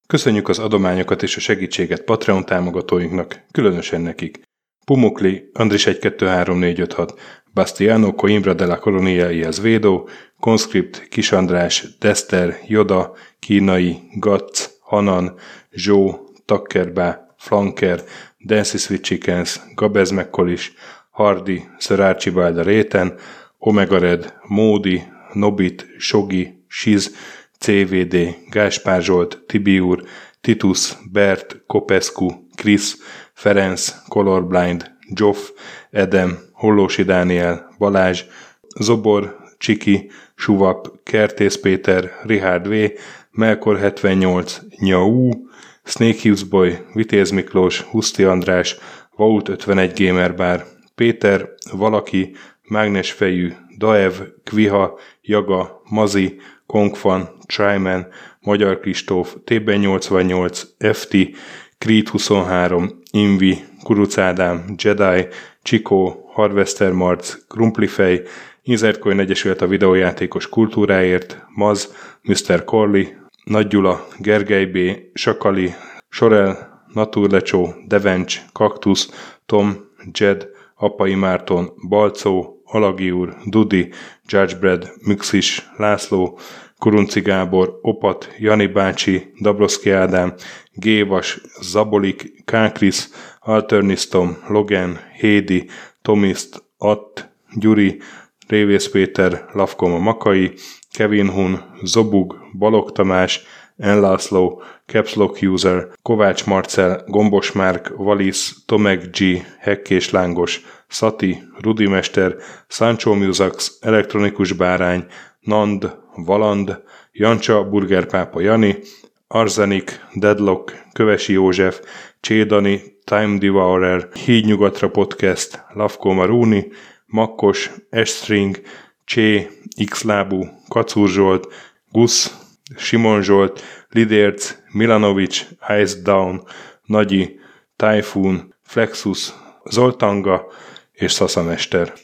Köszönjük az adományokat és a segítséget Patreon támogatóinknak, különösen nekik. Pumukli, Andris egy kettő három négy öt hat, Bastiano, Coimbra de la Coronia y Azvedo, Conscript, Kis András, Dester, Joda, Kínai, Gatz, Hanan, Zsó, Takkerbá, Flanker, Dancy Sweet Chickens, Gabez Mekkolis, Hardy, Sir Archibald a Réten, Omega Red, Módi, Nobit, Sogi, Siz, cé vé dé, Gáspár Zsolt, Tibiur, Titus, Bert, Kopescu, Krisz, Ferenc, Colorblind, Zsoff, Edem, Hollósi Dániel, Balázs, Zobor, Csiki, Suvap, Kertész Péter, Richard V, Melkor hetvennyolc, Nyau, Snake Hughes Boy, Vitéz Miklós, Huszti András, Vault ötvenegy Gamerbar, Péter, Valaki, Mágnesfejű, Daev, Kviha, Jaga, Mazi, Kongfan, Tryman, Magyar Kristóf, Tében nyolcvannyolc, ef té, Creed huszonhárom, Invi, Kuruc Ádám, Jedi, Csikó, Harvester Marc, Krumplifej, Inzertcoin Egyesület a videójátékos kultúráért, Maz, miszter Corley, Nagy Gyula, Gergely B., Sakali, Sorel, Naturlecsó, Devencs, Kaktusz, Tom, Jed, Apai Márton, Balcó, Alagi úr, Dudi, Judgebred, Müxis, László, Kurunci Gábor, Opat, Jani bácsi, Dabroszki Ádám, Gévas, Zabolik, Kákris, Alternisztom, Logan, Hédi, Tomiszt, Att, Gyuri, Révész Péter, Lavkoma Makai, Kevin Hun, Zobug, Balog Tamás, Enlászló, Capslock User, Kovács Marcel, Gombos Márk, Valisz, Tomek G, Hekkés Lángos, Szati, Rudimester, Sancho Musax, Elektronikus Bárány, Nand, Valand, Jancsa, Burgerpápa Jani, Arzenik, Deadlock, Kövesi József, Csédani, Time Devourer, Hídnyugatra Podcast, Lavko Maruni, Makkos, Estring, Csé, Xlábú, Kacúr Zsolt, Gusz, Simon Zsolt, Lidérc, Milanovic, Ice Down, Nagyi, Typhoon, Flexus, Zoltanga és Szaszamester.